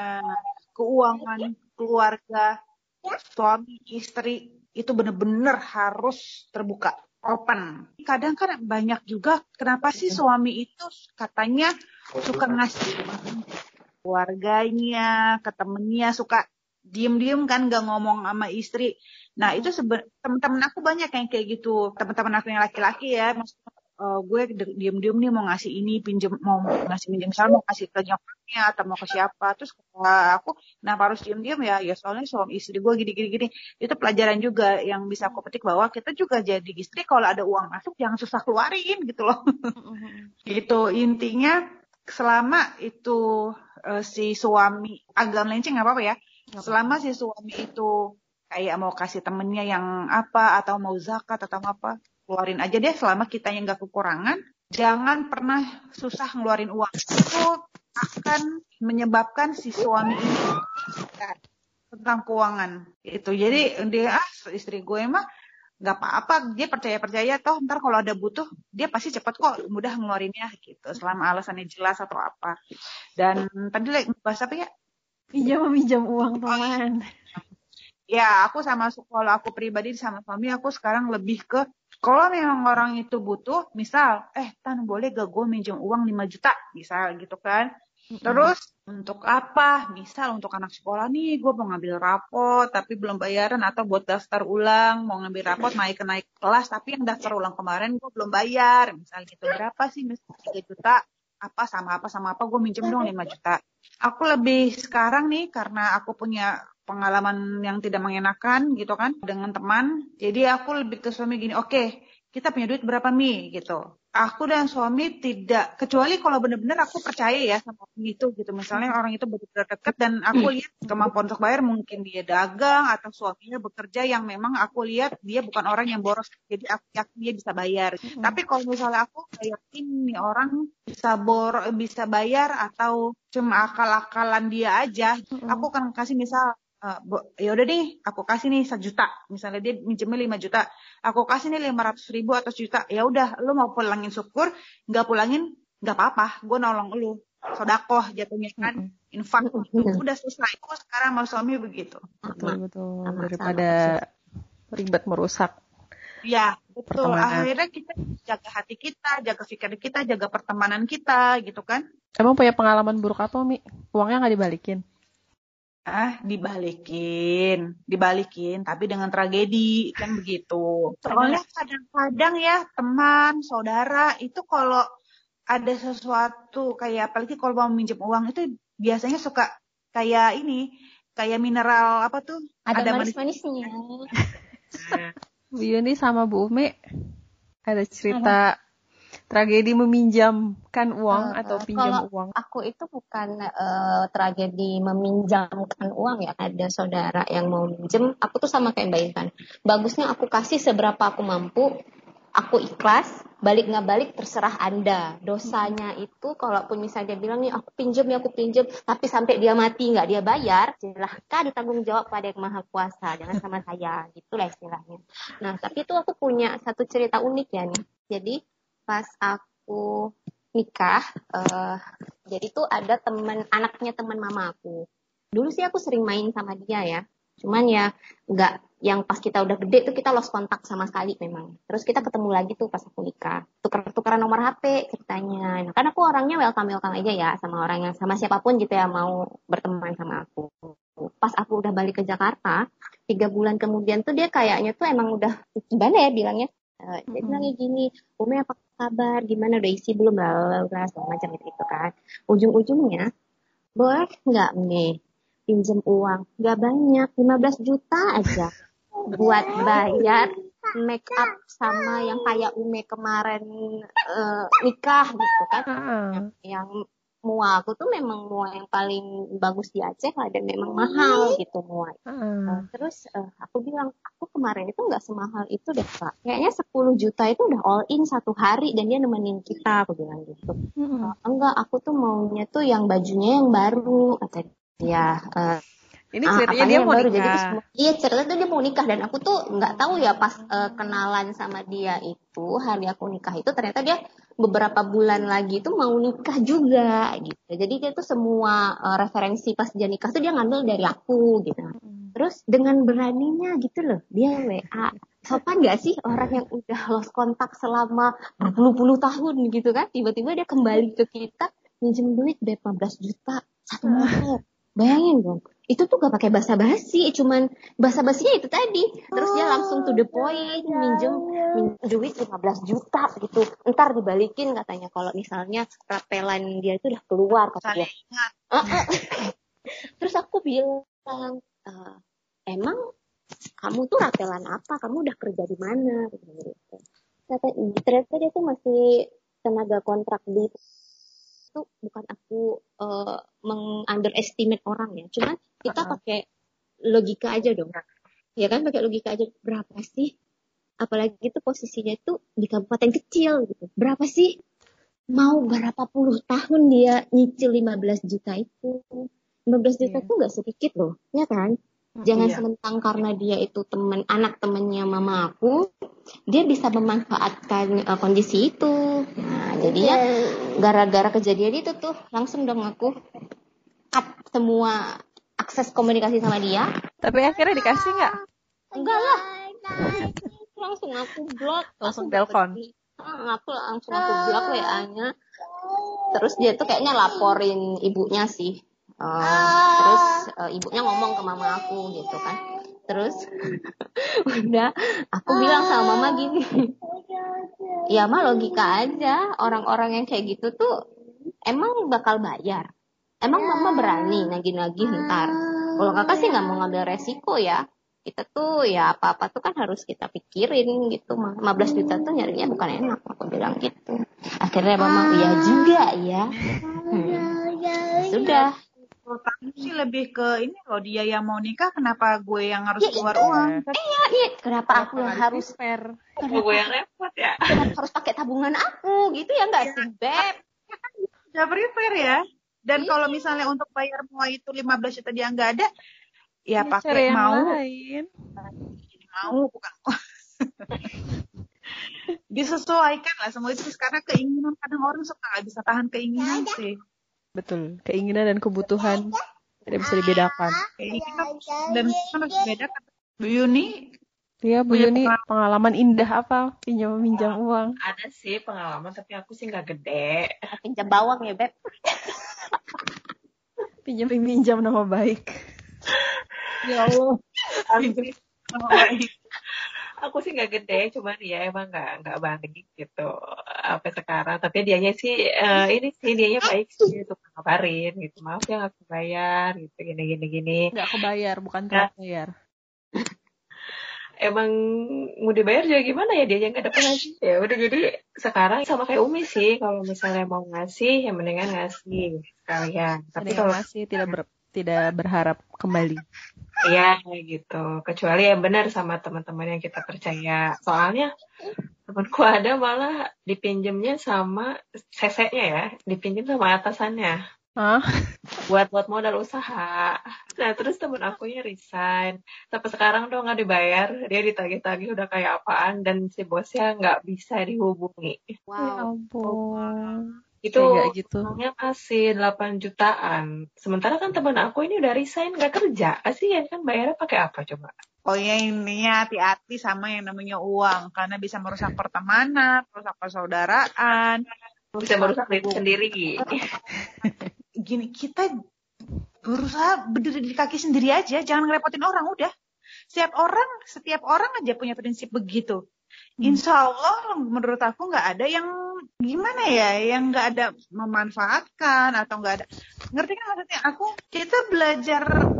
keuangan keluarga suami istri itu benar-benar harus terbuka, open. Kadang kan banyak juga kenapa sih suami itu katanya suka ngasih keluarganya, ke temennya, suka diem-diem kan gak ngomong sama istri. Nah itu seben- teman-teman aku banyak yang kayak gitu. Teman-teman aku yang laki-laki ya, maksudnya eh, gue de- diem-diem nih mau ngasih ini pinjem mau ngasih pinjem misalnya mau kasih ke nyokapnya atau mau ke siapa terus kata aku kenapa harus diem-diem ya ya soalnya suami istri gue gini-gini gini itu pelajaran juga yang bisa aku petik bahwa kita juga jadi istri kalau ada uang masuk jangan susah keluarin gitu loh. Gitu intinya selama itu eh, si suami agak melenceng nggak apa-apa ya selama si suami itu kayak mau kasih temennya yang apa atau mau zakat atau apa keluarin aja deh selama kitanya nggak kekurangan jangan pernah susah ngeluarin uang itu akan menyebabkan si suami ini tentang keuangan itu jadi dia ah istri gue mah nggak apa-apa dia percaya-percaya toh ntar kalau ada butuh dia pasti cepat kok mudah ngeluarinnya gitu selama alasannya jelas atau apa dan tadi lagi bahas apa ya Pinjam meminjam uang teman. ya aku sama kalau aku pribadi sama suami aku sekarang lebih ke kalau memang orang itu butuh misal eh Tan boleh gak gue minjem uang lima juta misal gitu kan Terus untuk apa? Misal untuk anak sekolah nih, gue mau ngambil rapot tapi belum bayaran, atau buat daftar ulang, mau ngambil rapot naik ke naik kelas tapi yang daftar ulang kemarin gue belum bayar. Misal gitu, berapa sih? Misal tiga juta, apa sama apa sama apa, gue minjem dong lima juta. Aku lebih sekarang nih, karena aku punya pengalaman yang tidak mengenakan gitu kan dengan teman. Jadi aku lebih ke suami gini, oke, okay, kita punya duit berapa Mi gitu. Aku dan suami tidak, kecuali kalau benar-benar aku percaya ya sama orang itu gitu. Misalnya orang itu benar-benar dekat dan aku lihat kemampuan untuk bayar, mungkin dia dagang atau suaminya bekerja yang memang aku lihat dia bukan orang yang boros. Jadi aku yakin dia bisa bayar. Hmm. Tapi kalau misalnya aku yakin nih orang bisa bor bisa bayar atau cuma akal-akalan dia aja, hmm. aku akan kasih misal, Uh, ya udah nih, aku kasih nih sejuta, misalnya dia minjemnya lima juta, aku kasih nih lima ratus ribu atau sejuta, ya udah, lu mau pulangin syukur, nggak pulangin nggak apa-apa, gue nolong lu, sodakoh jatuhnya kan, mm-hmm. infak, mm-hmm. udah selesai. Aku sekarang sama suami begitu. Betul betul, daripada ribet merusak. Ya betul. Akhirnya kita jaga hati kita, jaga pikiran kita, jaga pertemanan kita, gitu kan? Emang punya pengalaman buruk apa, Mi? Uangnya nggak dibalikin? Ah, dibalikin, dibalikin, tapi dengan tragedi, kan begitu. Soalnya kadang-kadang ya teman, saudara, itu kalau ada sesuatu kayak, apalagi kalau mau minjem uang, itu biasanya suka kayak ini, kayak mineral apa tuh? Ada, ada manis-manisnya. Bu Yuni sama Bu Umi, ada cerita apa? Tragedi meminjamkan uang uh, atau pinjam uang? Aku itu bukan uh, tragedi meminjamkan uang ya. Ada saudara yang mau minjem, aku tuh sama kayak Mbak Intan. Bagusnya aku kasih seberapa aku mampu, aku ikhlas, balik nggak balik terserah Anda. Dosanya itu, kalaupun misalnya dia bilang nih aku pinjam ya aku pinjam, tapi sampai dia mati nggak dia bayar, silahkan ditanggung jawab pada yang maha kuasa, jangan sama saya, gitulah istilahnya. Nah tapi itu aku punya satu cerita unik ya nih. Jadi pas aku nikah, uh, jadi tuh ada teman, anaknya teman mama aku. Dulu sih aku sering main sama dia ya. Cuman ya nggak, yang pas kita udah gede tuh kita lost kontak sama sekali memang. Terus kita ketemu lagi tuh pas aku nikah. Tuker-tukeran nomor H P ceritanya. Nah kan aku orangnya welcome-welcome aja ya sama orang yang, sama siapapun gitu ya mau berteman sama aku. Pas aku udah balik ke Jakarta, tiga bulan kemudian tuh dia kayaknya tuh emang udah, gimana ya bilangnya, Uh, dia bilang kayak gini, Umi apa kabar, gimana udah isi belum, bla bla segala macam itu kan. Ujung-ujungnya, boleh nggak nih pinjam uang, nggak banyak, lima belas juta aja buat bayar make up sama yang kayak Umi kemarin uh, nikah gitu kan. Yang, yang mua aku tuh memang mua yang paling bagus di Aceh lah, dan memang mahal gitu mua. Hmm. Uh, terus uh, aku bilang, aku kemarin itu nggak semahal itu deh Kak. Kayaknya sepuluh juta itu udah all in satu hari dan dia nemenin kita, aku bilang gitu. Hmm. Uh, enggak, aku tuh maunya tuh yang bajunya yang baru, kata dia. Uh, Ini ceritanya uh, dia mau baru. Nikah. Jadi, iya ceritanya tuh dia mau nikah, dan aku tuh nggak tahu ya pas uh, kenalan sama dia itu, hari aku nikah itu ternyata dia beberapa bulan lagi tuh mau nikah juga gitu. Jadi dia tuh semua uh, referensi pas dia nikah tuh dia ngambil dari aku gitu. Terus dengan beraninya gitu loh dia W A. Sopan gak sih orang yang udah lost kontak selama berpuluh-puluh tahun gitu kan, tiba-tiba dia kembali ke kita minjem duit lima belas juta satu motor. Bayangin dong. Itu tuh gak pakai basa-basi, cuman basa-basinya itu tadi. Terus dia langsung to the point, minjem, minjem duit lima belas juta gitu. Ntar dibalikin katanya kalau misalnya rapelan dia itu udah keluar kata dia. Terus aku bilang, e, emang kamu tuh rapelan apa? Kamu udah kerja di mana? Kata, ternyata dia tuh masih tenaga kontrak di itu. Bukan aku uh, meng-underestimate orang ya, cuman kita uh-uh. pakai logika aja dong, ya kan, pakai logika aja. Berapa sih, apalagi itu posisinya tuh di kabupaten kecil gitu, berapa sih, mau berapa puluh tahun dia nyicil lima belas juta itu. Lima belas juta yeah. tuh gak sedikit loh, ya kan. Jangan yeah. sementang karena dia itu teman, anak temannya mama aku, dia bisa memanfaatkan uh, kondisi itu. Nah, jadinya gara-gara kejadian itu tuh langsung dong aku cut semua akses komunikasi sama dia. Tapi akhirnya dikasih nggak? Enggak lah. Langsung aku blok. Langsung telepon. Aku langsung aku blok W A-nya. Terus dia tuh kayaknya laporin ibunya sih. Uh, terus uh, ibunya ngomong ke mama aku gitu kan. Terus udah aku bilang sama mama gini, ya mah logika aja, orang-orang yang kayak gitu tuh emang bakal bayar. Emang mama berani nagih-nagih ntar. Kalau kakak sih nggak mau ngambil resiko ya. Kita tuh ya apa-apa tuh kan harus kita pikirin gitu. lima belas juta tuh nyarinya bukan enak. Aku bilang gitu. Akhirnya mama, iya juga ya. Hmm. Sudah. Kalau aku sih lebih ke ini loh, dia yang mau nikah, kenapa gue yang harus Ya, keluar itu. uang? Iya, iya. Kenapa aku yang harus fair? Kenapa gue yang repot ya? Kenapa harus pakai tabungan aku gitu ya nggak sih, Beb? Udah prepare ya. Dan iya. Kalau misalnya untuk bayar semua itu lima belas juta dia nggak ada, ya pakai mau. Lain. Mau bukan. Disesuaikan lah semua itu karena keinginan, kadang orang suka nggak bisa tahan keinginan sih. Betul, keinginan dan kebutuhan tidak bisa dibedakan. Keinginan dan kebutuhan harus dibedakan. Bu Yuni, iya Bu Yuni, pengalaman. pengalaman indah apa pinjam minjam uang? Ada sih pengalaman, tapi aku sih nggak gede. Pinjam bawang ya Beb. Pinjam pinjam nama baik. Ya Allah. Pinjam nama baik. Aku sih nggak gede, cuman ya emang nggak nggak banget gitu sampai sekarang. Tapi dianya sih uh, ini sih dianya baik sih, suka ngabarin gitu, maaf ya nggak kebayar gitu, gini gini gini. Nggak kebayar, bukan telat bayar. Emang mau dibayar juga gimana ya, dia yang nggak dapat ngasih. Ya udah, jadi sekarang sama kayak Umi sih, kalau misalnya mau ngasih, ya mendingan ngasih sekalian. Tapi kalau ngasih tidak ber, tidak berharap kembali. Iya gitu, kecuali yang benar sama teman-teman yang kita percaya. Soalnya temanku ada malah dipinjemnya sama seseknya ya, dipinjam sama atasannya. Hah? Buat buat modal usaha. Nah terus temen akunya resign, sampai sekarang udah nggak dibayar, dia ditagih-tagih udah kayak apaan, dan si bosnya nggak bisa dihubungi. Wow. Ya ampun. Itu gitu. Uangnya masih delapan jutaan. Sementara kan teman aku ini udah resign, gak kerja. Kasihan kan, bayarnya pakai apa coba? Oh ya, intinya hati-hati sama yang namanya uang. Karena bisa merusak pertemanan, merusak persaudaraan. Bisa merusak diri sendiri. Gini, kita berusaha berdiri di kaki sendiri aja. Jangan ngerepotin orang, udah. Setiap orang, setiap orang aja punya prinsip begitu. Insya Allah menurut aku nggak ada yang gimana ya, yang nggak ada memanfaatkan atau nggak ada, ngerti kan maksudnya aku? Kita belajar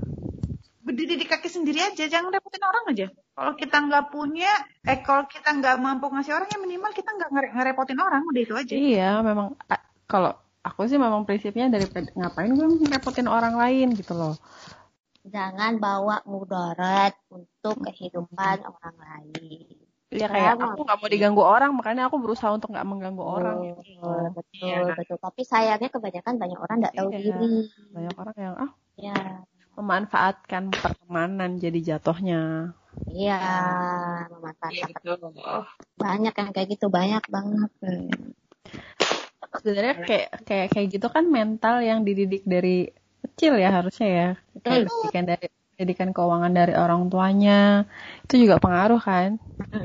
berdiri di kaki sendiri aja, jangan repotin orang aja. Kalau kita nggak punya, eh kalau kita nggak mampu ngasih orang, ya minimal kita nggak ngerepotin orang, udah itu aja. Iya, memang kalau aku sih memang prinsipnya daripada ngapain gue ngerepotin orang lain gitu loh. Jangan bawa mudarat untuk kehidupan hmm. orang lain. Ya kayak aku nggak mau diganggu orang, makanya aku berusaha untuk nggak mengganggu oh, orang. Gitu. Betul, ya. betul. Tapi sayangnya kebanyakan banyak orang nggak tahu iya, diri. Banyak orang yang ah, ya. memanfaatkan pertemanan jadi jatuhnya. Iya, memanfaatkan. Ya, gitu. Banyak yang kayak gitu, banyak banget. Hmm. Sebenarnya kayak kayak kayak gitu kan mental yang dididik dari kecil ya harusnya ya. Kayak didikan dari pendidikan keuangan dari orang tuanya, itu juga pengaruh kan?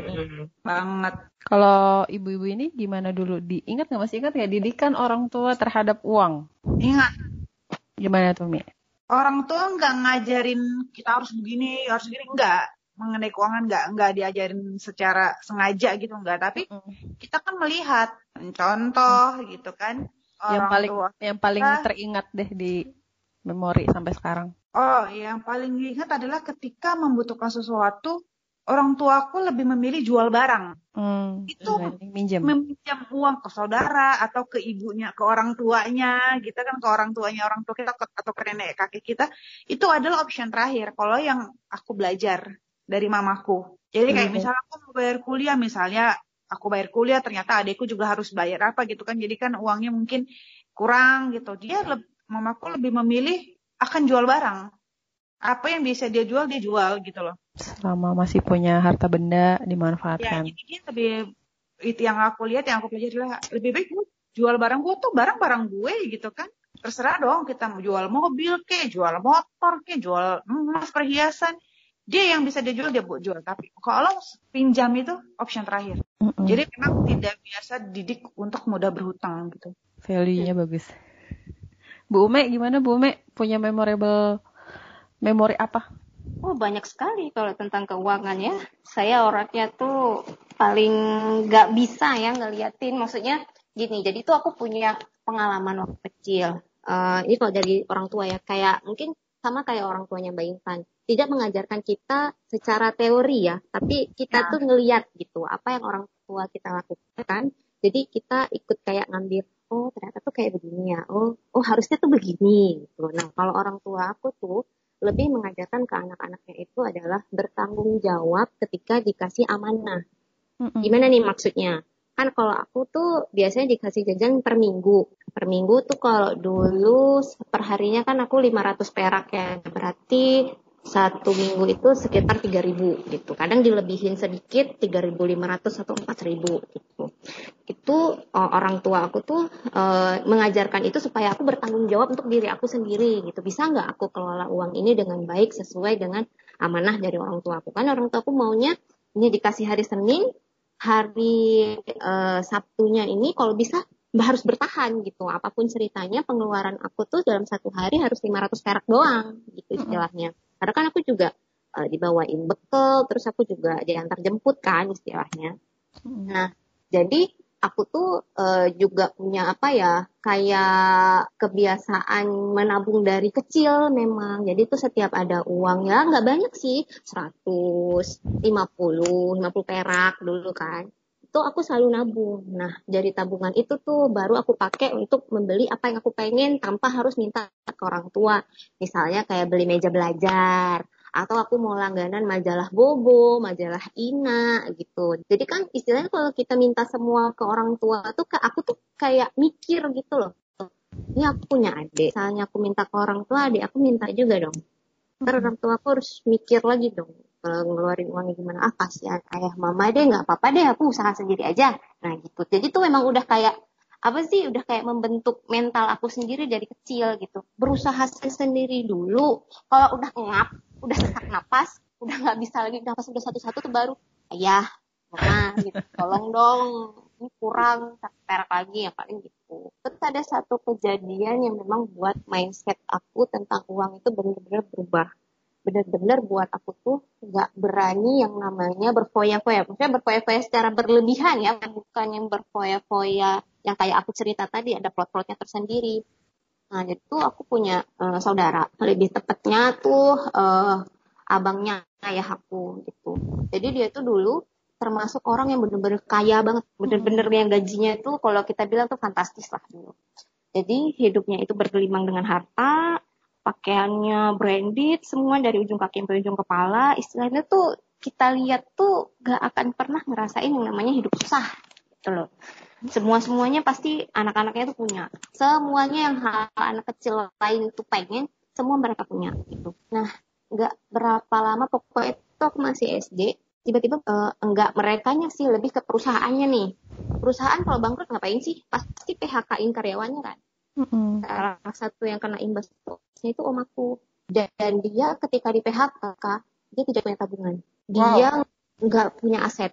Banget. Kalau ibu-ibu ini gimana dulu? Diingat nggak, masih ingat nggak didikan orang tua terhadap uang? Ingat. Gimana tuh, Mi? Orang tua nggak ngajarin kita harus begini, harus begini, enggak. Mengenai keuangan nggak nggak diajarin secara sengaja gitu, enggak. Tapi mm. kita kan melihat contoh mm. gitu kan. Orang yang paling tua yang paling kita, teringat deh di memori sampai sekarang. Oh, yang paling diingat adalah ketika membutuhkan sesuatu, orang tuaku lebih memilih jual barang. Hmm, itu minjem. meminjam uang ke saudara atau ke ibunya, ke orang tuanya, gitu kan, ke orang tuanya orang tua kita atau ke nenek kakek kita, itu adalah option terakhir. Kalau yang aku belajar dari mamaku. Jadi kayak hmm. misalnya aku mau bayar kuliah, misalnya aku bayar kuliah, ternyata adekku juga harus bayar apa gitu kan, jadi kan uangnya mungkin kurang gitu. Dia lebih, mamaku lebih memilih akan jual barang. Apa yang bisa dia jual, dia jual gitu loh. Selama masih punya harta benda, dimanfaatkan. Ya, jadi dia lebih, itu yang aku lihat, yang aku pelajari adalah lebih baik gue jual barang gue tuh, barang-barang gue gitu kan. Terserah dong, kita mau jual mobil ke, jual motor ke, jual emas, perhiasan. Dia yang bisa dia jual, dia buat jual. Tapi kalau pinjam itu option terakhir. Mm-mm. Jadi memang tidak biasa didik untuk mudah berhutang gitu. Value-nya hmm. bagus. Bu Ume gimana Bu Ume? Punya memorable memori apa? Oh banyak sekali kalau tentang keuangan ya. Saya orangnya tuh paling nggak bisa ya ngeliatin. Maksudnya gini, jadi tuh aku punya pengalaman waktu kecil. Uh, ini kalau dari orang tua ya, kayak mungkin sama kayak orang tuanya Mbak Intan. Tidak mengajarkan kita secara teori ya, tapi kita ya. tuh ngeliat gitu apa yang orang tua kita lakukan. Jadi kita ikut kayak ngambil, oh ternyata tuh kayak begini ya, oh oh harusnya tuh begini gitu. Nah kalau orang tua aku tuh lebih mengajarkan ke anak-anaknya itu adalah bertanggung jawab ketika dikasih amanah. Mm-mm. Gimana nih maksudnya? Kan kalau aku tuh biasanya dikasih jajan per minggu. Per minggu tuh kalau dulu per harinya kan aku lima ratus perak ya. Berarti satu minggu itu sekitar tiga ribu gitu. Kadang dilebihin sedikit tiga ribu lima ratus atau empat ribu gitu. Itu uh, orang tua aku tuh uh, mengajarkan itu supaya aku bertanggung jawab untuk diri aku sendiri gitu. Bisa nggak aku kelola uang ini dengan baik sesuai dengan amanah dari orang tua aku. Kan orang tua aku maunya ini dikasih hari Senin, hari uh, Sabtunya ini kalau bisa harus bertahan gitu. Apapun ceritanya pengeluaran aku tuh dalam satu hari harus lima ratus perak doang gitu istilahnya. Mm-hmm. Karena kan aku juga uh, dibawain bekal, terus aku juga diantar jemput kan istilahnya. Mm-hmm. Nah, jadi aku tuh uh, juga punya apa ya, kayak kebiasaan menabung dari kecil memang. Jadi tuh setiap ada uang ya nggak banyak sih, seratus, lima puluh, lima puluh perak dulu kan. Itu aku selalu nabung. Nah, dari tabungan itu tuh baru aku pakai untuk membeli apa yang aku pengen tanpa harus minta ke orang tua. Misalnya kayak beli meja belajar, atau aku mau langganan majalah Bobo, majalah Ina gitu. Jadi kan istilahnya kalau kita minta semua ke orang tua tuh aku tuh kayak mikir gitu loh. Ini aku punya adik, misalnya aku minta ke orang tua, adik aku minta juga dong. Ntar orang tua aku harus mikir lagi dong. Kalau ngeluarin uangnya gimana, ah kasihan ayah mama deh, nggak apa-apa deh, aku usaha sendiri aja. Nah gitu. Jadi tuh memang udah kayak apa sih, udah kayak membentuk mental aku sendiri dari kecil gitu. Berusaha sendiri dulu. Kalau udah ngap, udah sesak napas, udah nggak bisa lagi napas udah satu-satu tuh baru ayah, mama gitu, tolong dong, ini kurang satu perak lagi ya paling gitu. Terus ada satu kejadian yang memang buat mindset aku tentang uang itu benar-benar berubah. Benar-benar buat aku tuh nggak berani yang namanya berfoya-foya. Maksudnya berfoya-foya secara berlebihan ya, bukan yang berfoya-foya yang kayak aku cerita tadi ada plot-plotnya tersendiri. Nah, jadi tuh aku punya uh, saudara, lebih tepatnya tuh uh, abangnya ayah aku gitu. Jadi dia tuh dulu termasuk orang yang benar-benar kaya banget, benar-benar yang gajinya itu kalau kita bilang tuh fantastis lah dulu. Jadi hidupnya itu bergelimang dengan harta, pakaiannya branded, semua dari ujung kaki sampai ujung kepala. Istilahnya tuh kita lihat tuh gak akan pernah ngerasain yang namanya hidup susah gitu loh. Semua-semuanya pasti anak-anaknya tuh punya. Semuanya yang hal anak kecil lain itu pengen, semua mereka punya gitu. Nah, gak berapa lama pokoknya itu aku masih S D, tiba-tiba uh, enggak merekanya sih, lebih ke perusahaannya nih. Perusahaan kalau bangkrut ngapain sih? Pasti P H K-in karyawannya kan. Mm-hmm. Salah satu yang kena imbas itu om aku. Dan dia ketika di P H K, dia tidak punya tabungan. Dia nggak wow. punya aset.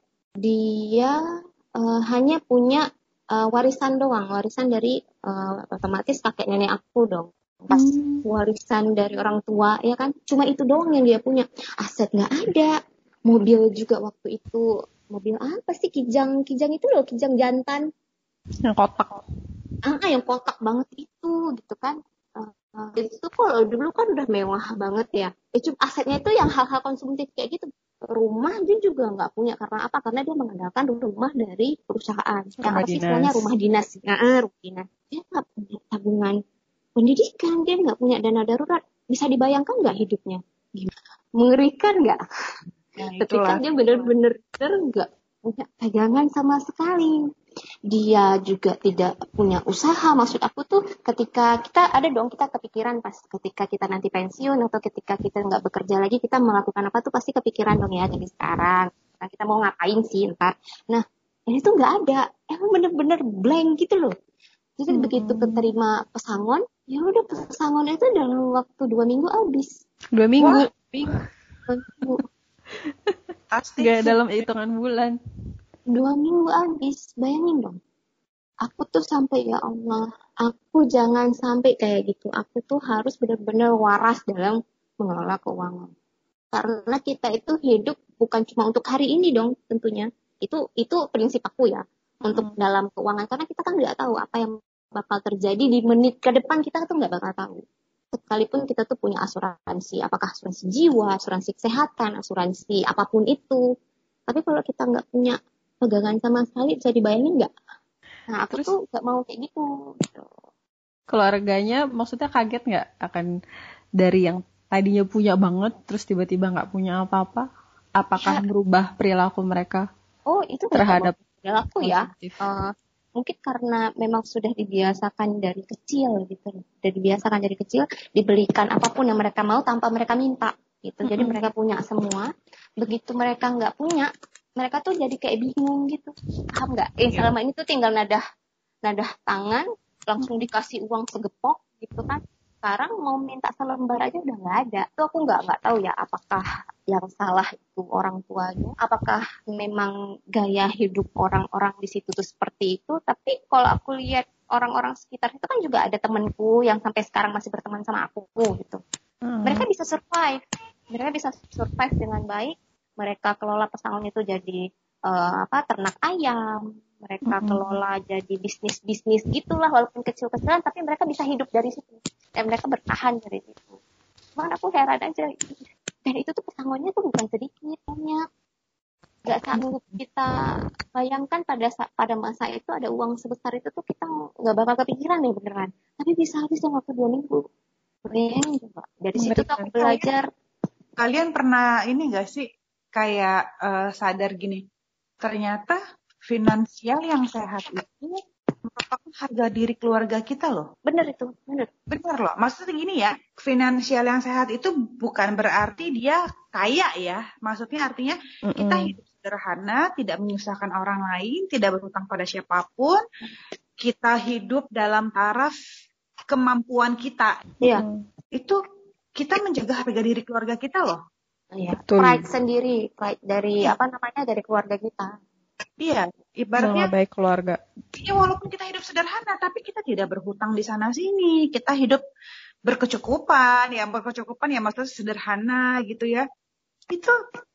Dia uh, hanya punya uh, warisan doang. Warisan dari uh, otomatis kakek nenek aku dong. Pas hmm. warisan dari orang tua, ya kan. Cuma itu doang yang dia punya. Aset nggak ada. Mobil juga waktu itu. Mobil apa sih? Kijang. Kijang itu loh. Kijang jantan. Yang kotak. Ah, yang kotak banget itu gitu kan. Uh, uh, itu kalau dulu kan udah mewah banget ya. Eh, cuma asetnya itu yang hal-hal konsumtif kayak gitu. Rumah dia juga nggak punya. Karena apa? Karena dia mengandalkan rumah dari perusahaan. Yang apa sih istilahnya rumah dinas. Nah, rumah dinas. Dia nggak punya tabungan pendidikan. Dia nggak punya dana darurat. Bisa dibayangkan nggak hidupnya? Gimana? Mengerikan nggak? Nah, ketika dia benar-benar nggak punya pegangan sama sekali. Dia juga tidak punya usaha. Maksud aku tuh ketika kita ada dong kita kepikiran pas ketika kita nanti pensiun atau ketika kita nggak bekerja lagi kita melakukan apa tuh pasti kepikiran dong ya dari sekarang. Nah, kita mau ngapain sih ntar. Nah ini tuh nggak ada. Emang bener-bener blank gitu loh. Jadi hmm. begitu keterima pesangon, ya udah pesangon itu dalam waktu dua minggu habis. Dua minggu? Dua minggu. Pasti. Gak dalam hitungan bulan. Dua minggu habis, bayangin dong. aku tuh sampai ya Allah, aku jangan sampai kayak gitu. Aku tuh harus benar-benar waras dalam mengelola keuangan. Karena kita itu hidup bukan cuma untuk hari ini dong tentunya. Itu itu prinsip aku ya untuk hmm. dalam keuangan. Karena kita kan nggak tahu apa yang bakal terjadi di menit ke depan, kita tuh nggak bakal tahu. Sekalipun kita tuh punya asuransi, apakah asuransi jiwa, asuransi kesehatan, asuransi apapun itu. Tapi kalau kita nggak punya pegangan sama sekali, bisa dibayangin nggak? Nah, aku Terus, tuh nggak mau kayak gitu. gitu. Keluarganya maksudnya kaget nggak akan dari yang tadinya punya banget, terus tiba-tiba nggak punya apa-apa? Apakah ya. Merubah perilaku mereka? Oh, itu terhadap perilaku ya. Uh, mungkin karena memang sudah dibiasakan dari kecil gitu. Sudah dibiasakan dari kecil, dibelikan apapun yang mereka mau tanpa mereka minta gitu. Jadi mm-hmm. mereka punya semua. Begitu mereka nggak punya, mereka tuh jadi kayak bingung gitu. Paham nggak? Eh, selama ini tuh tinggal nadah nadah tangan, langsung dikasih uang segepok gitu kan. Sekarang mau minta selembar aja udah nggak ada. Itu aku nggak nggak tahu ya apakah yang salah itu orang tuanya, apakah memang gaya hidup orang-orang di situ tuh seperti itu. Tapi kalau aku lihat orang-orang sekitar itu kan juga ada temanku yang sampai sekarang masih berteman sama aku gitu. Hmm. Mereka bisa survive, mereka bisa survive dengan baik. Mereka kelola pesangon itu jadi uh, apa ternak ayam. Mereka mm-hmm. kelola jadi bisnis-bisnis gitulah, walaupun kecil-kecilan, tapi mereka bisa hidup dari situ. Dan mereka bertahan dari situ. Cuman aku heran aja. Dan itu tuh pesangonnya tuh bukan sedikit, banyak. Gak sanggup kita bayangkan pada pada masa itu ada uang sebesar itu tuh kita gak bakal kepikiran deh beneran. Tapi bisa habis dalam waktu dua minggu. Bayangin coba. Dari situ tuh aku belajar. Kalian pernah ini gak sih kayak uh, sadar gini, ternyata finansial yang sehat itu merupakan harga diri keluarga kita loh. Bener itu, bener. Bener loh. Maksudnya gini ya, finansial yang sehat itu bukan berarti dia kaya ya. Maksudnya artinya Mm-mm. kita hidup sederhana, tidak menyusahkan orang lain, tidak berhutang pada siapapun. Kita hidup dalam taraf kemampuan kita. Iya. Itu kita menjaga harga diri keluarga kita loh. Iya. Pride sendiri, pride dari apa namanya dari keluarga kita. Iya, ibaratnya nama baik keluarga. Iya, walaupun kita hidup sederhana, tapi kita tidak berhutang di sana sini. Kita hidup berkecukupan, ya berkecukupan ya maksudnya sederhana gitu ya. Itu,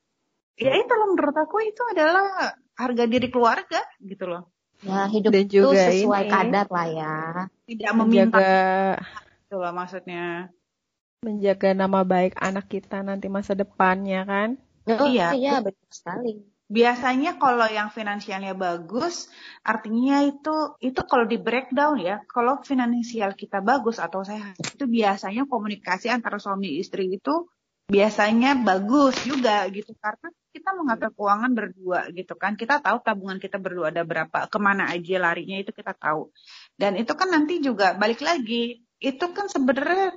ya itu loh menurut aku itu adalah harga diri keluarga gitu loh. Ya hidup itu sesuai ini, kadar lah ya. Tidak meminta itu loh maksudnya. Menjaga nama baik anak kita nanti masa depannya kan. Oh, iya, iya betul sekali. Biasanya kalau yang finansialnya bagus, artinya itu itu kalau di breakdown ya, kalau finansial kita bagus atau sehat, itu biasanya komunikasi antara suami istri itu biasanya bagus juga gitu, karena kita mengatur keuangan berdua gitu kan, kita tahu tabungan kita berdua ada berapa, kemana aja larinya itu kita tahu, dan itu kan nanti juga balik lagi, itu kan sebenarnya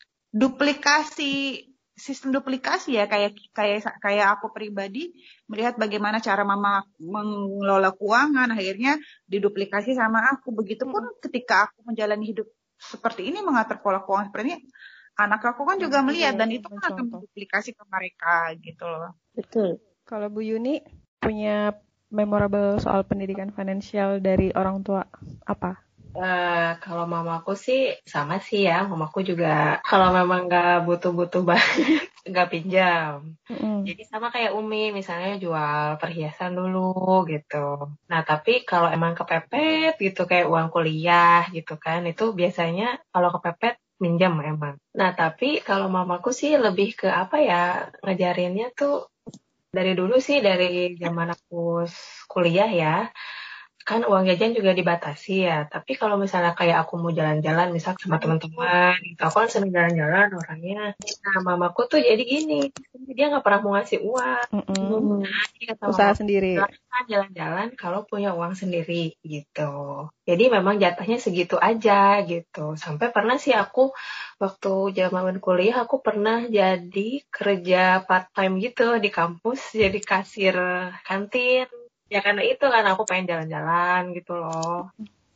duplikasi sistem duplikasi ya kayak kayak kayak aku pribadi melihat bagaimana cara mama mengelola keuangan akhirnya diduplikasi sama aku. Begitupun hmm. ketika aku menjalani hidup seperti ini mengatur pola keuangan seperti ini, anak aku kan juga melihat dan itu kan akan menduplikasi ke mereka gitu loh. Betul. Kalau Bu Yuni punya memorable soal pendidikan finansial dari orang tua apa? Uh, kalau mamaku sih sama sih ya, mamaku juga kalau memang nggak butuh-butuh banget nggak pinjam. Mm. Jadi sama kayak Umi, misalnya jual perhiasan dulu gitu. Nah tapi kalau emang kepepet gitu kayak uang kuliah gitu kan, itu biasanya kalau kepepet minjam emang. Nah tapi kalau mamaku sih lebih ke apa ya, ngajarinnya tuh dari dulu sih dari zaman aku kuliah ya. Kan uang jajan juga dibatasi ya, tapi kalau misalnya kayak aku mau jalan-jalan misal sama teman-teman gitu, aku kan sering jalan-jalan orangnya. Nah mamaku tuh jadi gini, dia nggak pernah mau ngasih uang. Mm-hmm. Nah, dia kata usaha sendiri. Jalan-jalan kalau punya uang sendiri gitu. Jadi memang jatahnya segitu aja gitu. Sampai pernah sih aku waktu zaman kuliah aku pernah jadi kerja part time gitu di kampus, jadi kasir kantin. Ya karena itu kan aku pengen jalan-jalan gitu loh.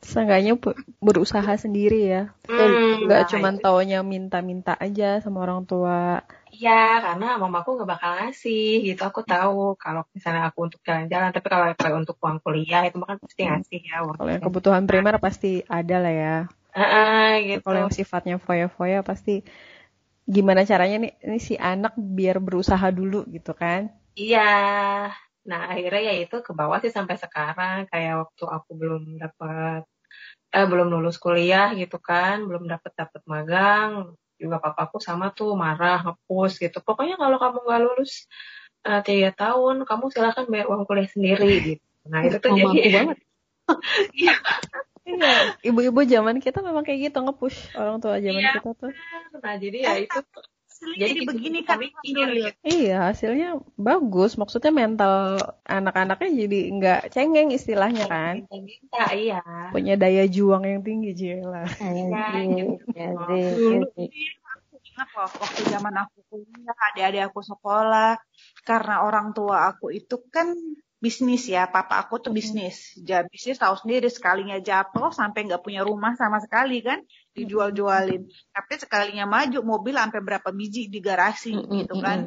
Seenggaknya berusaha sendiri ya. Hmm, Nggak nah, cuma itu. taunya minta-minta aja sama orang tua. Iya, karena mamaku nggak bakal ngasih gitu. Aku tahu kalau misalnya aku untuk jalan-jalan, tapi kalau kayak untuk uang kuliah itu kan pasti ngasih ya uang Kalau yang kuliah. kebutuhan primer pasti ada lah ya. Heeh, gitu. Kalau yang sifatnya foya-foya pasti gimana caranya nih, ini si anak biar berusaha dulu gitu kan. Iya. Nah, akhirnya ya itu ke bawah sih sampai sekarang. Kayak waktu aku belum dapat, eh belum lulus kuliah gitu kan, belum dapat dapat magang, juga papaku sama tuh marah, ngepus gitu. Pokoknya kalau kamu nggak lulus uh, tiga tahun, kamu silahkan bayar uang kuliah sendiri gitu. Nah, itu tuh Mama jadi aku banget. iya. Iya, ibu-ibu zaman kita memang kayak gitu nge-push orang tua zaman Iya. kita tuh. Nah, jadi ya Eh, itu Hasilnya jadi jadi kita begini bisa kan, mikir alhamdulillah. gitu. Iya, hasilnya bagus. Maksudnya mental anak-anaknya jadi nggak cengeng istilahnya kan. Minta-minta, iya. Punya daya juang yang tinggi, Jela. Iya, gitu. Dulu sih aku ingat loh, waktu zaman aku kuliah, adik-adik aku sekolah, karena orang tua aku itu kan bisnis ya, papa aku tuh bisnis. Ja, bisnis tahu sendiri, sekalinya jatuh sampai nggak punya rumah sama sekali kan, dijual-jualin. Tapi sekalinya maju mobil sampai berapa biji di garasi gitu kan.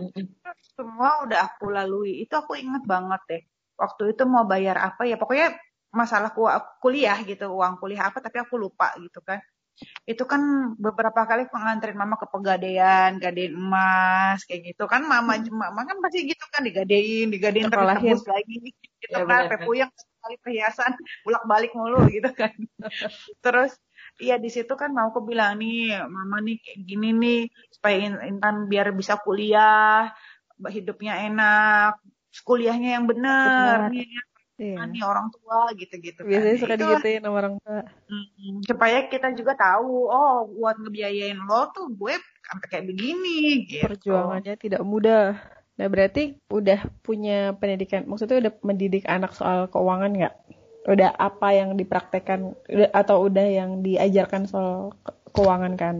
Semua udah aku lalui. Itu aku ingat banget deh. Waktu itu mau bayar apa ya, pokoknya masalah ku- kuliah gitu, uang kuliah apa tapi aku lupa gitu kan. Itu kan beberapa kali aku nganterin mama ke pegadaian, gadein emas, kayak gitu kan. Mama, mama kan pasti gitu kan, digadein, digadein terus Sekolahin. tebus lagi, gitu Ya, kan. benar, Sampai benar. puyeng sekali perhiasan, bolak-balik mulu gitu kan. Terus, iya di situ kan mau aku bilang nih, mama nih kayak gini nih, supaya In- Intan biar bisa kuliah, hidupnya enak, kuliahnya yang benar, Benar. nih, Iya. nih orang tua gitu-gitu kan. Biasanya Ya, suka itulah. digituin sama orang tua. Hmm, supaya kita juga tahu, oh buat ngebiayain lo tuh gue sampai kayak begini gitu. Perjuangannya tidak mudah. Nah, berarti udah punya pendidikan, maksudnya udah mendidik anak soal keuangan nggak? Udah apa yang dipraktekkan udah, atau udah yang diajarkan soal ke- keuangan kan?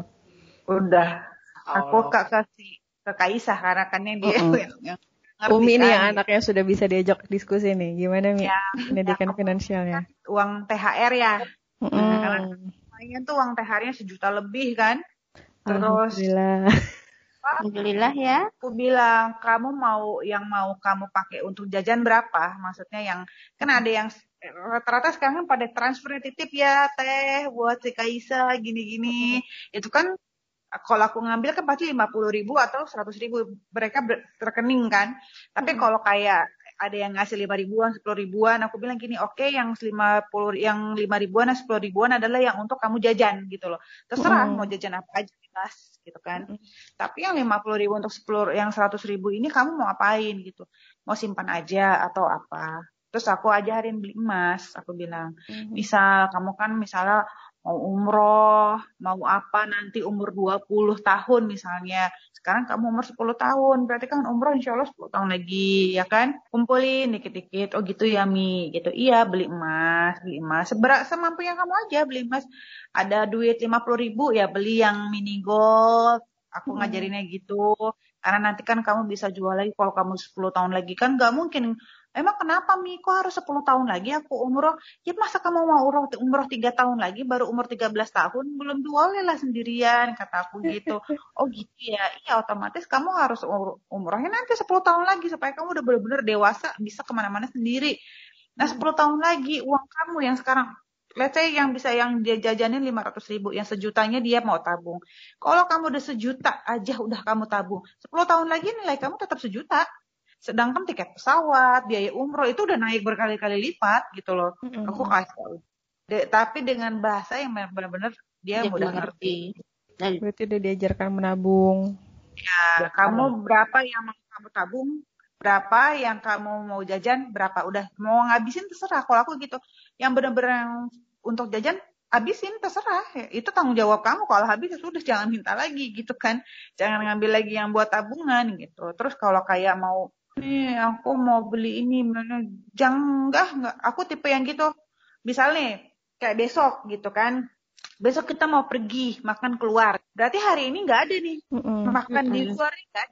Udah, aku Allah. kak kasih ke Kaisah karena kan yang dia Mm-mm. yang, yang ngerti Umi nih kan, yang gitu. anaknya sudah bisa diajak diskusi nih. Gimana Mi Ya, pendidikan ya, finansialnya? uang T H R ya, Mm-mm. karena lumayan tuh uang T H R-nya sejuta lebih kan. Terus Alhamdulillah. Alhamdulillah ya. aku bilang, kamu mau yang mau kamu pakai untuk jajan berapa? Maksudnya yang kan ada yang eh, rata-rata sekarang kan pada transfer titip ya teh buat si Kaisa gini-gini. Itu kan kalau aku ngambil kan pasti lima puluh ribu atau seratus ribu mereka ber- rekening kan. Tapi kalau kayak ada yang ngasih lima ribuan, sepuluh ribuan, aku bilang gini, oke okay, yang lima puluh yang lima ribuan dan sepuluh ribuan adalah yang untuk kamu jajan gitu loh. Terserah Mm-mm. mau jajan apa aja bebas gitu kan. Tapi yang lima puluh ribu untuk sepuluh, yang seratus ribu ini kamu mau apain gitu? Mau simpan aja atau apa? Terus aku ajarin beli emas, aku bilang. Misal kamu kan misalnya mau umroh, mau apa nanti umur dua puluh tahun misalnya. Sekarang kamu umur sepuluh tahun, berarti kan umroh insya Allah sepuluh tahun lagi, ya kan? Kumpulin dikit-dikit, oh gitu ya Mi, gitu. Iya, beli emas, beli emas. Seberat semampu yang kamu aja beli emas. Ada duit lima puluh ribu, ya beli yang mini gold. Aku ngajarinnya gitu. Karena nanti kan kamu bisa jual lagi kalau kamu sepuluh tahun lagi. Kan nggak mungkin. Emang kenapa Mi? Kok harus sepuluh tahun lagi aku umroh? Ya masa kamu mau umroh, umroh tiga tahun lagi baru umur tiga belas tahun? Belum boleh lah sendirian, kata aku gitu. Oh gitu ya? Iya otomatis kamu harus umroh, umrohnya nanti sepuluh tahun lagi supaya kamu udah benar-benar dewasa bisa kemana-mana sendiri. Nah sepuluh tahun lagi uang kamu yang sekarang let's say yang bisa yang dia jajanin lima ratus ribu, yang sejutanya dia mau tabung. Kalau kamu udah sejuta aja udah kamu tabung, sepuluh tahun lagi nilai kamu tetap sejuta. Sedangkan tiket pesawat, biaya umroh itu udah naik berkali-kali lipat gitu loh. Mm-mm. Aku kasih tahu. De- tapi dengan bahasa yang benar-benar dia Dia mudah mengerti. ngerti. Dan Berarti udah diajarkan menabung. Ya, kamu berapa yang mau kamu tabung, berapa yang kamu mau jajan, berapa udah mau ngabisin terserah. Kalau aku gitu, yang benar-benar yang untuk jajan habisin terserah. Ya, itu tanggung jawab kamu. Kalau habis ya sudah jangan minta lagi gitu kan. Jangan ngambil lagi yang buat tabungan gitu. Terus kalau kayak mau nih aku mau beli ini, mana jangan enggak, enggak. Aku tipe yang gitu. Misalnya kayak besok gitu kan. Besok kita mau pergi makan keluar. Berarti hari ini nggak ada nih. Mm-mm. Makan di Mm-mm. luar nggak ada.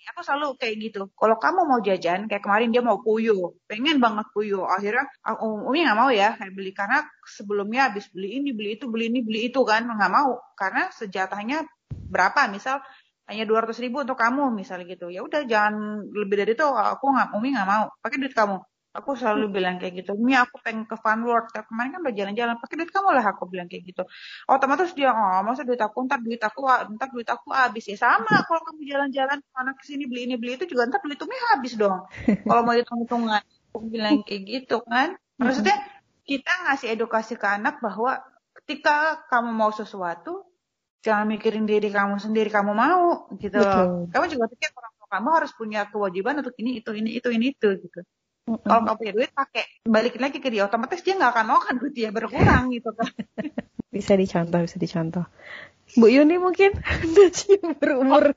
aku selalu kayak gitu. Kalau kamu mau jajan, kayak kemarin dia mau puyuh, pengen banget puyuh. Akhirnya aku, Umi nggak mau ya kayak beli karena sebelumnya habis beli ini, beli itu, beli ini, beli itu kan nggak mau karena sejatahnya berapa misal hanya dua ratus ribu untuk kamu misalnya gitu. Ya udah jangan lebih dari itu. Aku nggak, Umi nggak mau. Pakai duit kamu. Aku selalu bilang kayak gitu. Umi aku pengen ke Fun World. Kemarin kan udah jalan-jalan. Pakai duit kamu lah aku bilang kayak gitu. Otomatis dia oh masa duit aku ntar duit aku ntar duit aku habis ya sama. Kalau kamu jalan-jalan mana kesini beli ini beli itu juga ntar duit Umi habis dong. Kalau mau hitung-hitungan. Aku bilang kayak gitu kan. Maksudnya kita ngasih edukasi ke anak bahwa ketika kamu mau sesuatu jangan mikirin diri kamu sendiri kamu mau gitu. Betul. Kamu juga pikir orang tua kamu harus punya kewajiban untuk ini itu ini itu ini itu gitu. Mm-hmm. Kalau kamu punya duit pakai balikin lagi ke dia otomatis dia nggak akan mau kan duit dia berkurang gitu kan. Bisa dicontoh bisa dicontoh. Bu Yuni mungkin udah berumur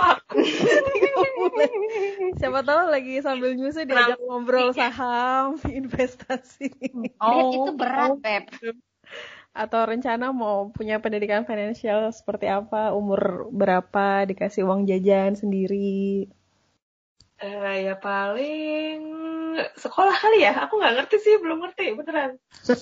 siapa tahu lagi sambil nyusu diajak ngobrol saham investasi. Oh itu berat Beb. Atau rencana mau punya pendidikan finansial seperti apa, umur berapa, dikasih uang jajan sendiri? Uh, ya paling sekolah kali ya, aku nggak ngerti sih, belum ngerti beneran.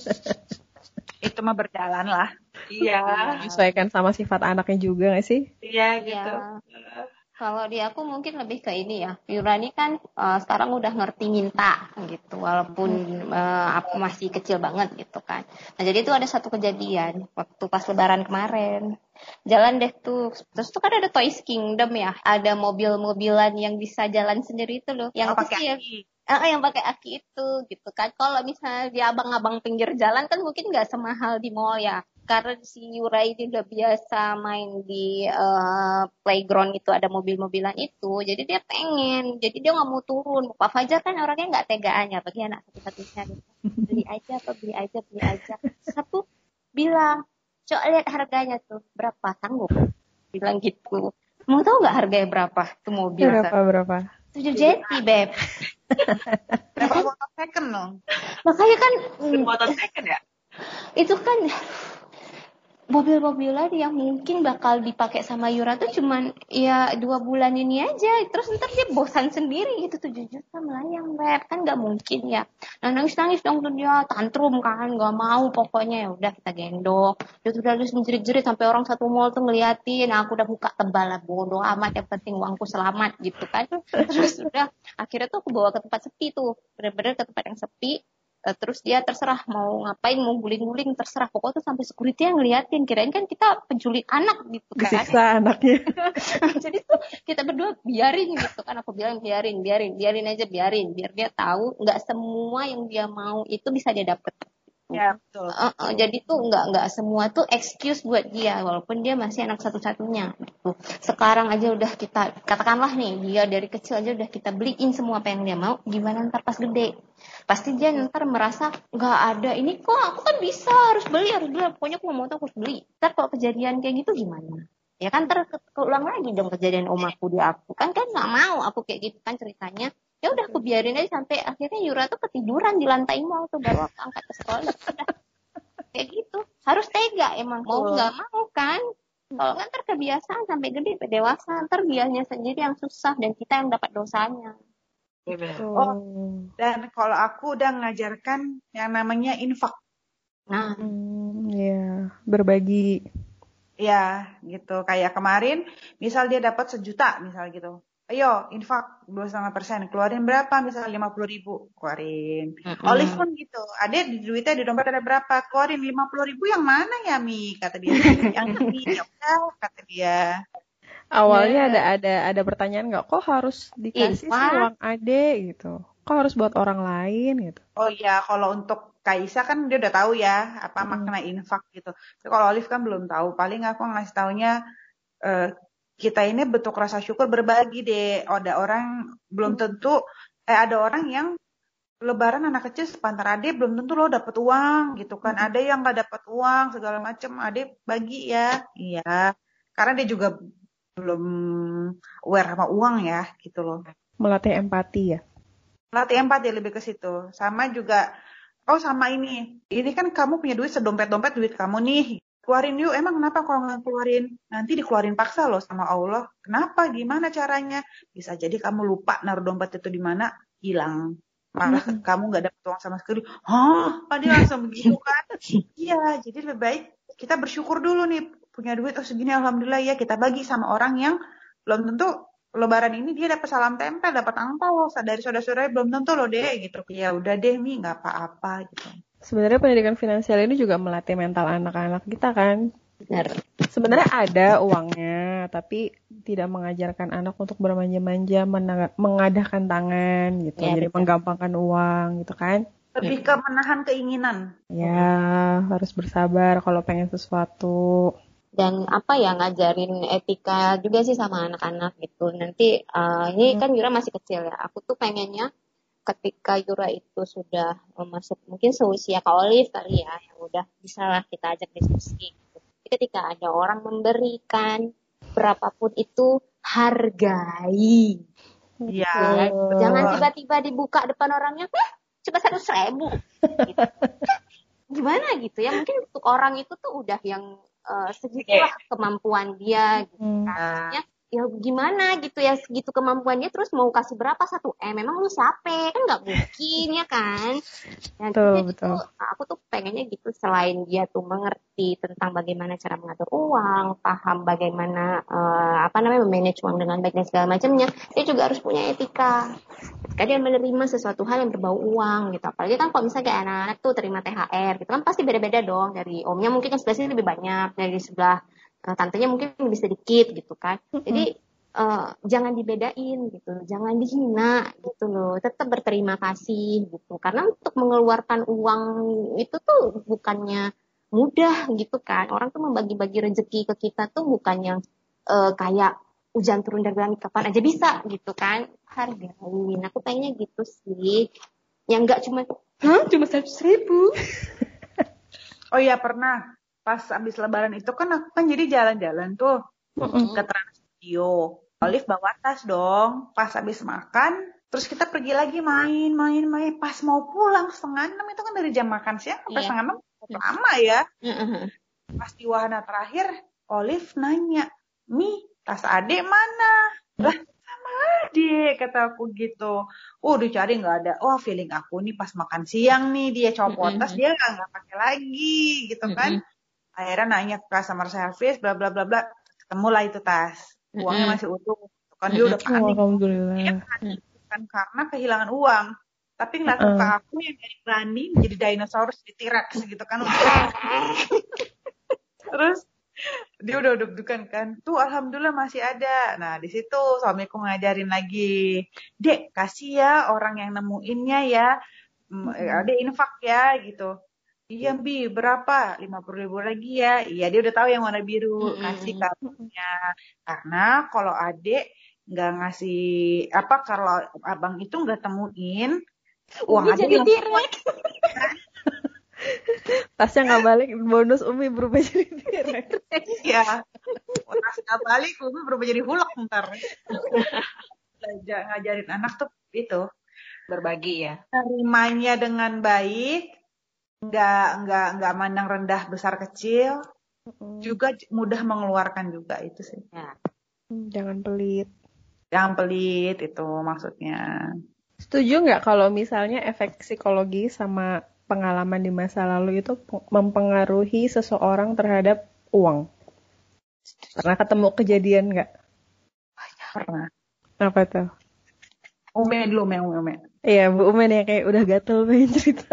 Itu mah berjalan lah. Iya. Menyesuaikan sama sifat anaknya juga nggak sih? Iya gitu. Ya. Kalau di aku mungkin lebih ke ini ya. Yurani kan uh, sekarang udah ngerti minta gitu. Walaupun uh, aku masih kecil banget gitu kan. Nah jadi itu ada satu kejadian. Waktu pas lebaran kemarin. Jalan deh tuh. Terus tuh kan ada Toys Kingdom ya. Ada mobil-mobilan yang bisa jalan sendiri itu loh. Yang oh, pakai ya, uh, yang pakai aki itu gitu kan. Kalau misalnya di abang-abang pinggir jalan kan mungkin nggak semahal di mall ya. Karena si Yura ini udah biasa main di uh, playground itu ada mobil-mobilan itu, jadi dia pengen, jadi dia nggak mau turun. Pak Fajar kan orangnya nggak tegaan ya, bagi anak satu-satunya gitu. Beli aja, apa beli aja, beli aja. Satu bilang, coba lihat harganya tuh berapa, sanggup? Bilang gitu. Mau tahu nggak harganya berapa tuh mobil? Berapa berapa? Tujuh jeti beb. Berapa motor second dong? Makanya kan motor second ya? Itu kan mobil-mobilan yang mungkin bakal dipakai sama Yura tuh cuman ya dua bulan ini aja, terus ntar dia bosan sendiri gitu. Tujuh juta melayang beb, kan nggak mungkin ya. Nah nangis-nangis dong tuh dia, tantrum kan, nggak mau pokoknya. Ya udah kita gendong, dia tuh udah terus menjerit-jerit sampai orang satu mall tuh ngeliatin. Nah, aku udah buka tebal lah, bodoh amat, yang penting uangku selamat gitu kan. Terus udah akhirnya tuh aku bawa ke tempat sepi tuh, bener-bener ke tempat yang sepi. Terus dia terserah mau ngapain, mau guling-guling terserah, pokoknya tuh sampai security yang ngeliatin, kirain kan kita penculik anak gitu kan. Disiksa anaknya. Jadi tuh kita berdua biarin gitu kan, aku bilang biarin, biarin, biarin aja, biarin, biar dia tahu nggak semua yang dia mau itu bisa dia dapet. Ya betul. Uh, uh, jadi tuh nggak nggak semua tuh excuse buat dia, walaupun dia masih anak satu-satunya. Gitu. Sekarang aja udah kita katakanlah nih dia dari kecil aja udah kita beliin semua apa yang dia mau. Gimana ntar pas gede? Pasti dia ntar merasa nggak ada ini kok, aku kan bisa, harus beli harus beli. Pokoknya aku mau tahu harus beli. Ntar kalau kejadian kayak gitu gimana? Ya kan ntar keulang lagi dong kejadian om aku di aku kan kan nggak mau aku kayak gitu kan ceritanya. Ya udah aku biarin aja sampai akhirnya Yura tuh ketiduran di lantai mall tuh, baru aku angkat ke sekolah. Udah kayak gitu, harus tega emang, mau nggak mau kan. Kalau kan ntar kebiasaan sampai gede dewasa, ntar dianya sendiri yang susah dan kita yang dapat dosanya. Oh, dan kalau aku udah ngajarkan yang namanya infak. Nah, hmm, ya berbagi. Ya gitu, kayak kemarin misal dia dapat sejuta misal gitu. Ayo infak dua koma lima persen, keluarin berapa? Misalnya lima puluh ribu, keluarin. Mm-hmm. Olive pun gitu, ada di duitnya di dompet ada berapa? Keluarin lima puluh ribu yang mana ya Mi? Kata dia. Yang ini, ya udah, kata dia. Awalnya yeah. ada ada ada pertanyaan nggak, kok harus dikasih sih uang ade gitu? Kok harus buat orang lain gitu? Oh iya, kalau untuk Kaisa kan dia udah tahu ya apa mm. makna infak gitu. Tapi kalau Olive kan belum tahu. Paling aku ngasih taunya uh, kita ini bentuk rasa syukur berbagi deh. Ada orang belum tentu, eh ada orang yang lebaran anak kecil sepantar ade belum tentu lo dapet uang gitu kan. Ada yang nggak dapet uang segala macam, ade bagi ya. Iya, karena dia juga belum aware sama uang ya gitu loh. Melatih empati ya. Melatih empati lebih ke situ. Sama juga, oh sama ini, ini kan kamu punya duit sedompet-dompet duit kamu nih. keluarin yuk. Emang kenapa kalau nggak keluarin? Nanti dikeluarin paksa loh sama Allah. Kenapa? Gimana caranya? Bisa jadi kamu lupa naruh dompet itu di mana, hilang. Malah hmm. kamu nggak dapet uang sama sekali. Hah? Padahal langsung begitu kan? Iya, jadi lebih baik kita bersyukur dulu nih. Punya duit, oh segini alhamdulillah ya. Kita bagi sama orang yang belum tentu Lebaran ini dia dapat salam tempel, dapat angpau dari saudara-saudaranya, belum tentu loh deh gitu. Ya udah deh Mi, nggak apa-apa gitu. Sebenarnya pendidikan finansial ini juga melatih mental anak-anak kita kan. Benar. Sebenarnya ada uangnya, tapi tidak mengajarkan anak untuk bermanja-manja, mengadahkan tangan gitu, ya, jadi betul. Menggampangkan uang gitu kan. Lebih ke menahan keinginan. Ya, harus bersabar kalau pengen sesuatu. Dan apa ya, ngajarin etika juga sih sama anak-anak gitu. Nanti uh, ini hmm. kan Yura masih kecil ya. Aku tuh pengennya ketika Yura itu sudah masuk mungkin seusia Kak Olive kali ya, yang udah bisa lah kita ajak diskusi gitu. Ketika ada orang memberikan berapapun itu, hargai. Iya. Gitu. Jangan tiba-tiba dibuka depan orangnya, eh cuma seratus ribu. Gitu. Gimana gitu ya? Mungkin untuk orang itu tuh udah yang Uh, segitulah kemampuan dia gitu kan. Ya, ya gimana gitu ya, segitu kemampuannya terus mau kasih berapa, satu M, memang lu siapa? Kan nggak mungkin ya kan. Dan betul, betul. Itu, aku tuh pengennya gitu, selain dia tuh mengerti tentang bagaimana cara mengatur uang, paham bagaimana uh, apa namanya memanage uang dengan baik dan segala macamnya, dia juga harus punya etika. Ketika dia menerima sesuatu hal yang berbau uang gitu, apalagi kan kalau misalnya kayak anak-anak tuh terima T H R gitu kan, pasti beda-beda dong. Dari omnya mungkin yang sebelah sini lebih banyak, dari sebelah uh, tantenya mungkin lebih sedikit gitu kan. Jadi uh, jangan dibedain gitu, jangan dihina gitu loh, tetap berterima kasih gitu. Karena untuk mengeluarkan uang itu tuh bukannya mudah gitu kan. Orang tuh membagi-bagi rezeki ke kita tuh bukannya uh, kayak hujan turun dari langit kapan aja bisa gitu kan. Hargain, aku pengennya gitu sih. Yang enggak cuma, hah cuma seratus ribu. Oh iya, pernah pas abis lebaran itu kan aku kan jadi jalan-jalan tuh mm-hmm. ke Trans Studio. Olive bawa tas dong. Pas abis makan, terus kita pergi lagi main, main, main. Pas mau pulang setengah enam, itu kan dari jam makan siang sampai yeah. setengah enam, lama ya. Mm-hmm. Pas di wahana terakhir, Olive nanya, Mi, tas adek mana? Lah, sama adek, kata aku gitu. Oh, dicari nggak ada. Oh, feeling aku nih pas makan siang nih, dia copot tas, mm-hmm. dia nggak nggak pakai lagi, gitu kan. Mm-hmm. Akhirnya nanya ke customer service, bla bla bla bla. Ketemulah itu tas. Uangnya masih utuh. Kan dia udah panik. Alhamdulillah. Dia panik kan karena kehilangan uang. Tapi ngeliat muka uh-uh. aku yang dari berani menjadi dinosaurus di T-Rex gitu kan. Terus dia udah deg-degan kan. Tuh alhamdulillah masih ada. Nah di situ suamiku ngajarin lagi. Dek, kasih ya orang yang nemuinnya ya. Mm-hmm. Ada infak ya gitu. Iya Bi, berapa? lima puluh ribu lagi ya. Iya, dia udah tahu yang warna biru. Mm-hmm. Kasih kartunya. Karena kalau adek nggak ngasih, apa, kalau abang itu nggak temuin, uang Umi adek jadi direk. Tasnya nggak balik, bonus Umi berubah jadi direk. Iya. Tas nggak balik, Umi berubah jadi hulek ntar. Ngajarin anak tuh itu. Berbagi ya. Terimanya dengan baik. nggak nggak nggak mandang rendah besar kecil, mm-hmm. juga mudah mengeluarkan juga itu sih. Ya. Jangan pelit. Jangan pelit itu maksudnya. Setuju nggak kalau misalnya efek psikologi sama pengalaman di masa lalu itu mempengaruhi seseorang terhadap uang? Pernah ketemu kejadian nggak? Pernah. Apa tuh? Ume dulu, Ume, Ume. Iya, Bu Ume yang kayak udah gatel pengen cerita.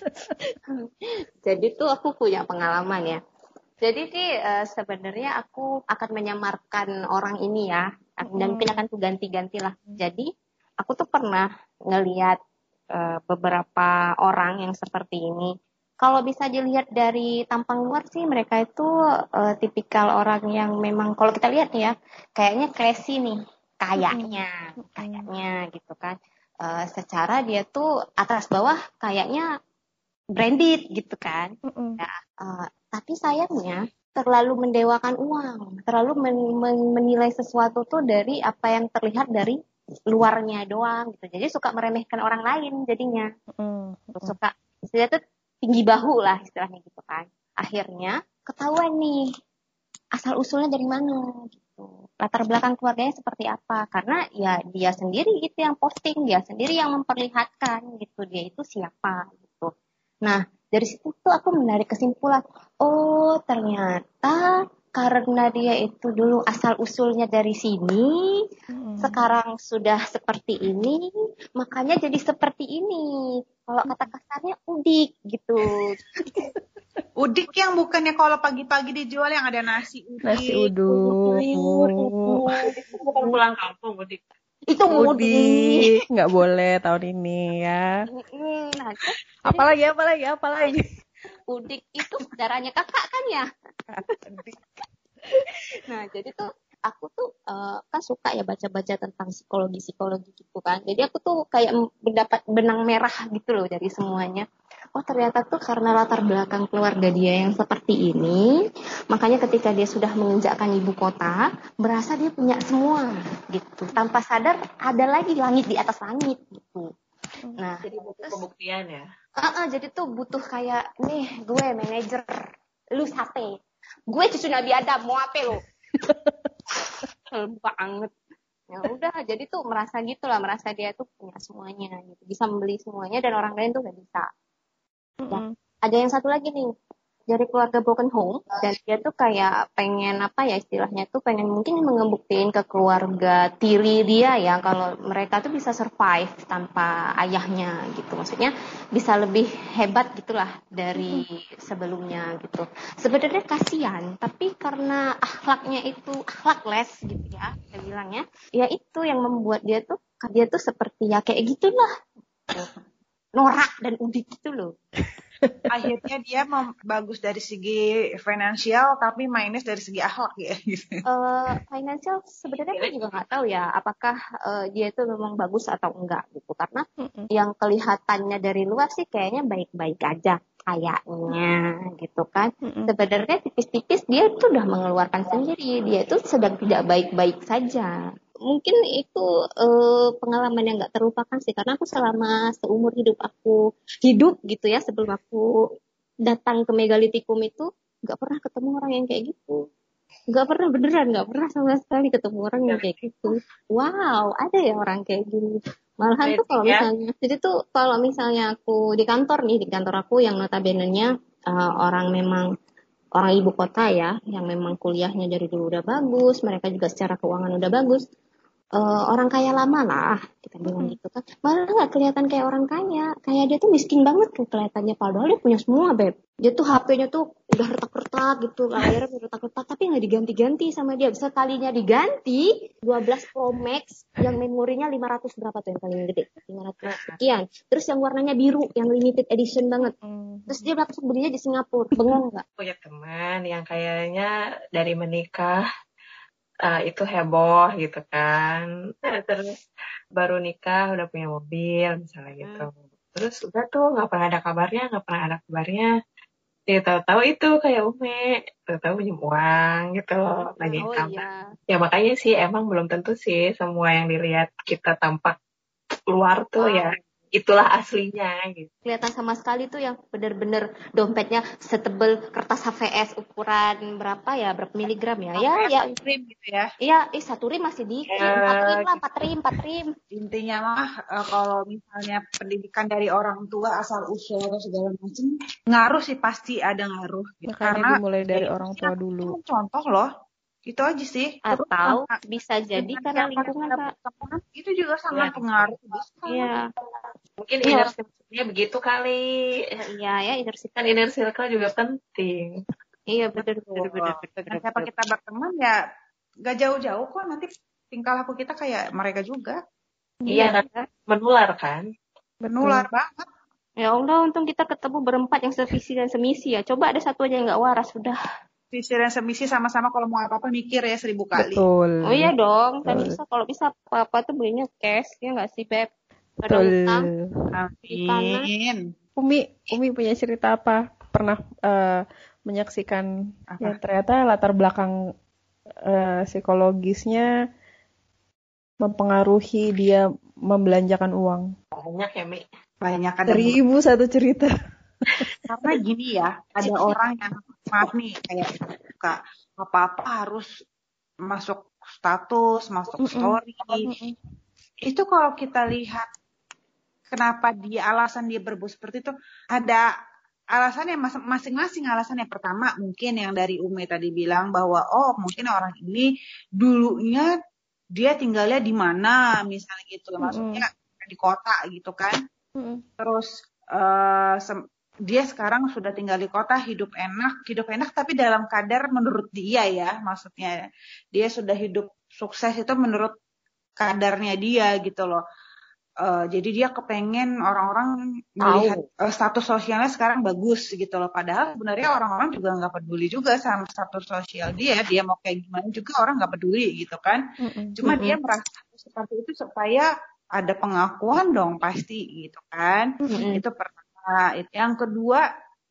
Jadi tuh aku punya pengalaman ya. Jadi sih uh, sebenarnya aku akan menyamarkan orang ini ya. Dan hmm. mungkin akan ku ganti-ganti lah. Jadi aku tuh pernah ngelihat uh, beberapa orang yang seperti ini. Kalau bisa dilihat dari tampang luar sih mereka itu uh, tipikal orang yang memang kalau kita lihat ya, kayaknya classy nih. Kayaknya, kayaknya gitu kan. Uh, secara dia tuh atas bawah kayaknya branded gitu kan. Nah, uh, tapi sayangnya terlalu mendewakan uang, terlalu men- men- menilai sesuatu tuh dari apa yang terlihat dari luarnya doang gitu. Jadi suka meremehkan orang lain jadinya. Mm-hmm. Suka istilahnya tuh tinggi bahu lah istilahnya gitu kan. Akhirnya ketahuan nih asal usulnya dari mana gitu. Latar belakang keluarganya seperti apa. Karena ya dia sendiri gitu yang posting, dia sendiri yang memperlihatkan gitu dia itu siapa gitu. Nah, dari situ tuh aku menarik kesimpulan, oh ternyata karena dia itu dulu asal usulnya dari sini, hmm. sekarang sudah seperti ini, makanya jadi seperti ini. Kalau kata kasarnya udik gitu. Udik yang bukannya kalau pagi-pagi dijual yang ada nasi udik. Nasi uduk. Itu bukan pulang kampung udik. Itu mudik. Nggak boleh tahun ini ya. Nah, apalagi, apalagi, apalagi. Udik itu saudaranya kakak kan ya? Nah, jadi tuh aku tuh uh, kan suka ya baca-baca tentang psikologi-psikologi gitu kan. Jadi aku tuh kayak mendapat benang merah gitu loh dari semuanya. Oh ternyata tuh karena latar belakang keluarga dia yang seperti ini, makanya ketika dia sudah menginjakkan ibu kota, berasa dia punya semua gitu. Tanpa sadar ada lagi langit di atas langit gitu. Nah, jadi butuh pembuktian ya. Uh, uh, jadi tuh butuh kayak nih gue manajer, lu sate. Gue cucu Nabi Adam, mau apa lo? Banget. Ya udah, jadi tuh merasa gitulah, merasa dia tuh punya semuanya gitu. Bisa membeli semuanya dan orang lain tuh gak bisa. Mm-hmm. Ya, ada yang satu lagi nih dari keluarga broken home dan dia tuh kayak pengen apa ya istilahnya tuh pengen mungkin mengebuktiin ke keluarga tiri dia ya kalau mereka tuh bisa survive tanpa ayahnya gitu, maksudnya bisa lebih hebat gitulah dari sebelumnya gitu. Sebenarnya kasihan tapi karena akhlaknya itu akhlak les gitu ya saya bilangnya, ya itu yang membuat dia tuh dia tuh seperti ya kayak gitulah norak dan udik gitu loh. Akhirnya dia mem- bagus dari segi finansial tapi minus dari segi akhlak ya gitu. Uh, financial sebenarnya aku juga nggak tahu ya apakah uh, dia itu memang bagus atau enggak gitu karena mm-hmm. yang kelihatannya dari luar sih kayaknya baik-baik aja kayaknya gitu kan. Mm-hmm. Sebenarnya tipis-tipis dia tuh udah mengeluarkan sendiri, dia itu sedang tidak baik-baik saja. Mungkin itu uh, pengalaman yang nggak terlupakan sih karena aku selama seumur hidup aku hidup gitu ya sebelum aku datang ke Megalitikum itu nggak pernah ketemu orang yang kayak gitu, nggak pernah beneran nggak pernah sama sekali ketemu orang yang kayak gitu. Wow, ada ya orang kayak gini. Malahan tuh kalau misalnya jadi tuh kalau misalnya aku di kantor nih di kantor aku yang notabene-nya uh, orang memang orang ibu kota ya yang memang kuliahnya dari dulu udah bagus, mereka juga secara keuangan udah bagus. Uh, orang kaya lama lah kita bilang gitu kan, malah nggak kelihatan kayak orang kaya, kayak dia tuh miskin banget tuh kelihatannya padahal dia punya semua beb. Dia tuh H P-nya tuh udah retak-retak gitu, layarnya udah retak-retak tapi nggak diganti-ganti sama dia. Sekalinya diganti dua belas Pro Max yang memorinya lima ratus berapa tuh yang paling gede, lima ratus sekian, terus yang warnanya biru yang limited edition banget. Terus dia langsung belinya di Singapura. Bengong nggak? Punya teman yang kayaknya dari menikah Uh, itu heboh gitu kan, terus baru nikah udah punya mobil misalnya gitu, hmm. terus udah tuh nggak pernah ada kabarnya nggak pernah ada kabarnya, dia tahu-tahu itu kayak Ume, tahu-tahu pinjam uang gitu loh, lagi oh, income. Iya. Ya makanya sih emang belum tentu sih semua yang dilihat kita tampak luar tuh wow. ya itulah aslinya gitu. Kelihatan sama sekali tuh yang benar-benar dompetnya setebel kertas H V S ukuran berapa ya, berapa miligram ya? Ya, ya. Satu rim gitu ya. Iya, eh satu rim masih dikit, empat rim lah, empat rim, empat rim. Intinya mah uh, kalau misalnya pendidikan dari orang tua asal usul atau segala macam ngaruh sih pasti ada ngaruh. Gitu. Makanya karena dimulai dari orang tua dulu. Contoh loh. Itu aja sih. Atau terus, bisa jadi karena lingkungan Pak. Itu juga sangat pengaruh. Iya. Mungkin inner circle-nya begitu kali. Iya ya, inner circle. Kan inner circle juga penting. Iya benar benar benar. Dan siapa kita berteman ya gak jauh-jauh kok nanti tingkah laku kita kayak mereka juga. Iya kan, menular kan? Menular hmm. banget. Ya Allah, untung kita ketemu berempat yang sevisi dan semisi ya. Coba ada satu aja yang nggak waras sudah. Visi dan semisi sama-sama kalau mau apa-apa mikir ya seribu kali. Betul. Oh iya dong, kan bisa kalau bisa apa-apa tuh belinya cash ya nggak sih Beb? Ada utang. Amin. Umi, Umi punya cerita apa? Pernah uh, menyaksikan apa? Ya ternyata latar belakang uh, psikologisnya mempengaruhi dia membelanjakan uang. Banyak ya Mi. Banyak ada. Seribu satu cerita. Karena gini ya, ada orang yang maaf nih kayak suka apa-apa harus masuk status, masuk story. Mm-mm. Itu kalau kita lihat kenapa dia alasan dia berbuat seperti itu, ada alasannya masing-masing. Alasannya pertama mungkin yang dari Umi tadi bilang bahwa oh mungkin orang ini dulunya dia tinggalnya di mana misalnya gitu, maksudnya mm-hmm. di kota gitu kan. Mm-hmm. Terus uh, sem- dia sekarang sudah tinggal di kota, hidup enak, hidup enak tapi dalam kadar menurut dia ya, maksudnya dia sudah hidup sukses itu menurut kadarnya dia gitu loh. Uh, jadi dia kepengen orang-orang melihat uh, status sosialnya sekarang bagus gitu loh. Padahal sebenarnya orang-orang juga nggak peduli juga sama status sosial dia. Dia mau kayak gimana juga orang nggak peduli gitu kan. Mm-mm. Cuma Mm-mm. dia merasa seperti itu supaya ada pengakuan dong pasti gitu kan. Mm-mm. Itu pertama. Yang kedua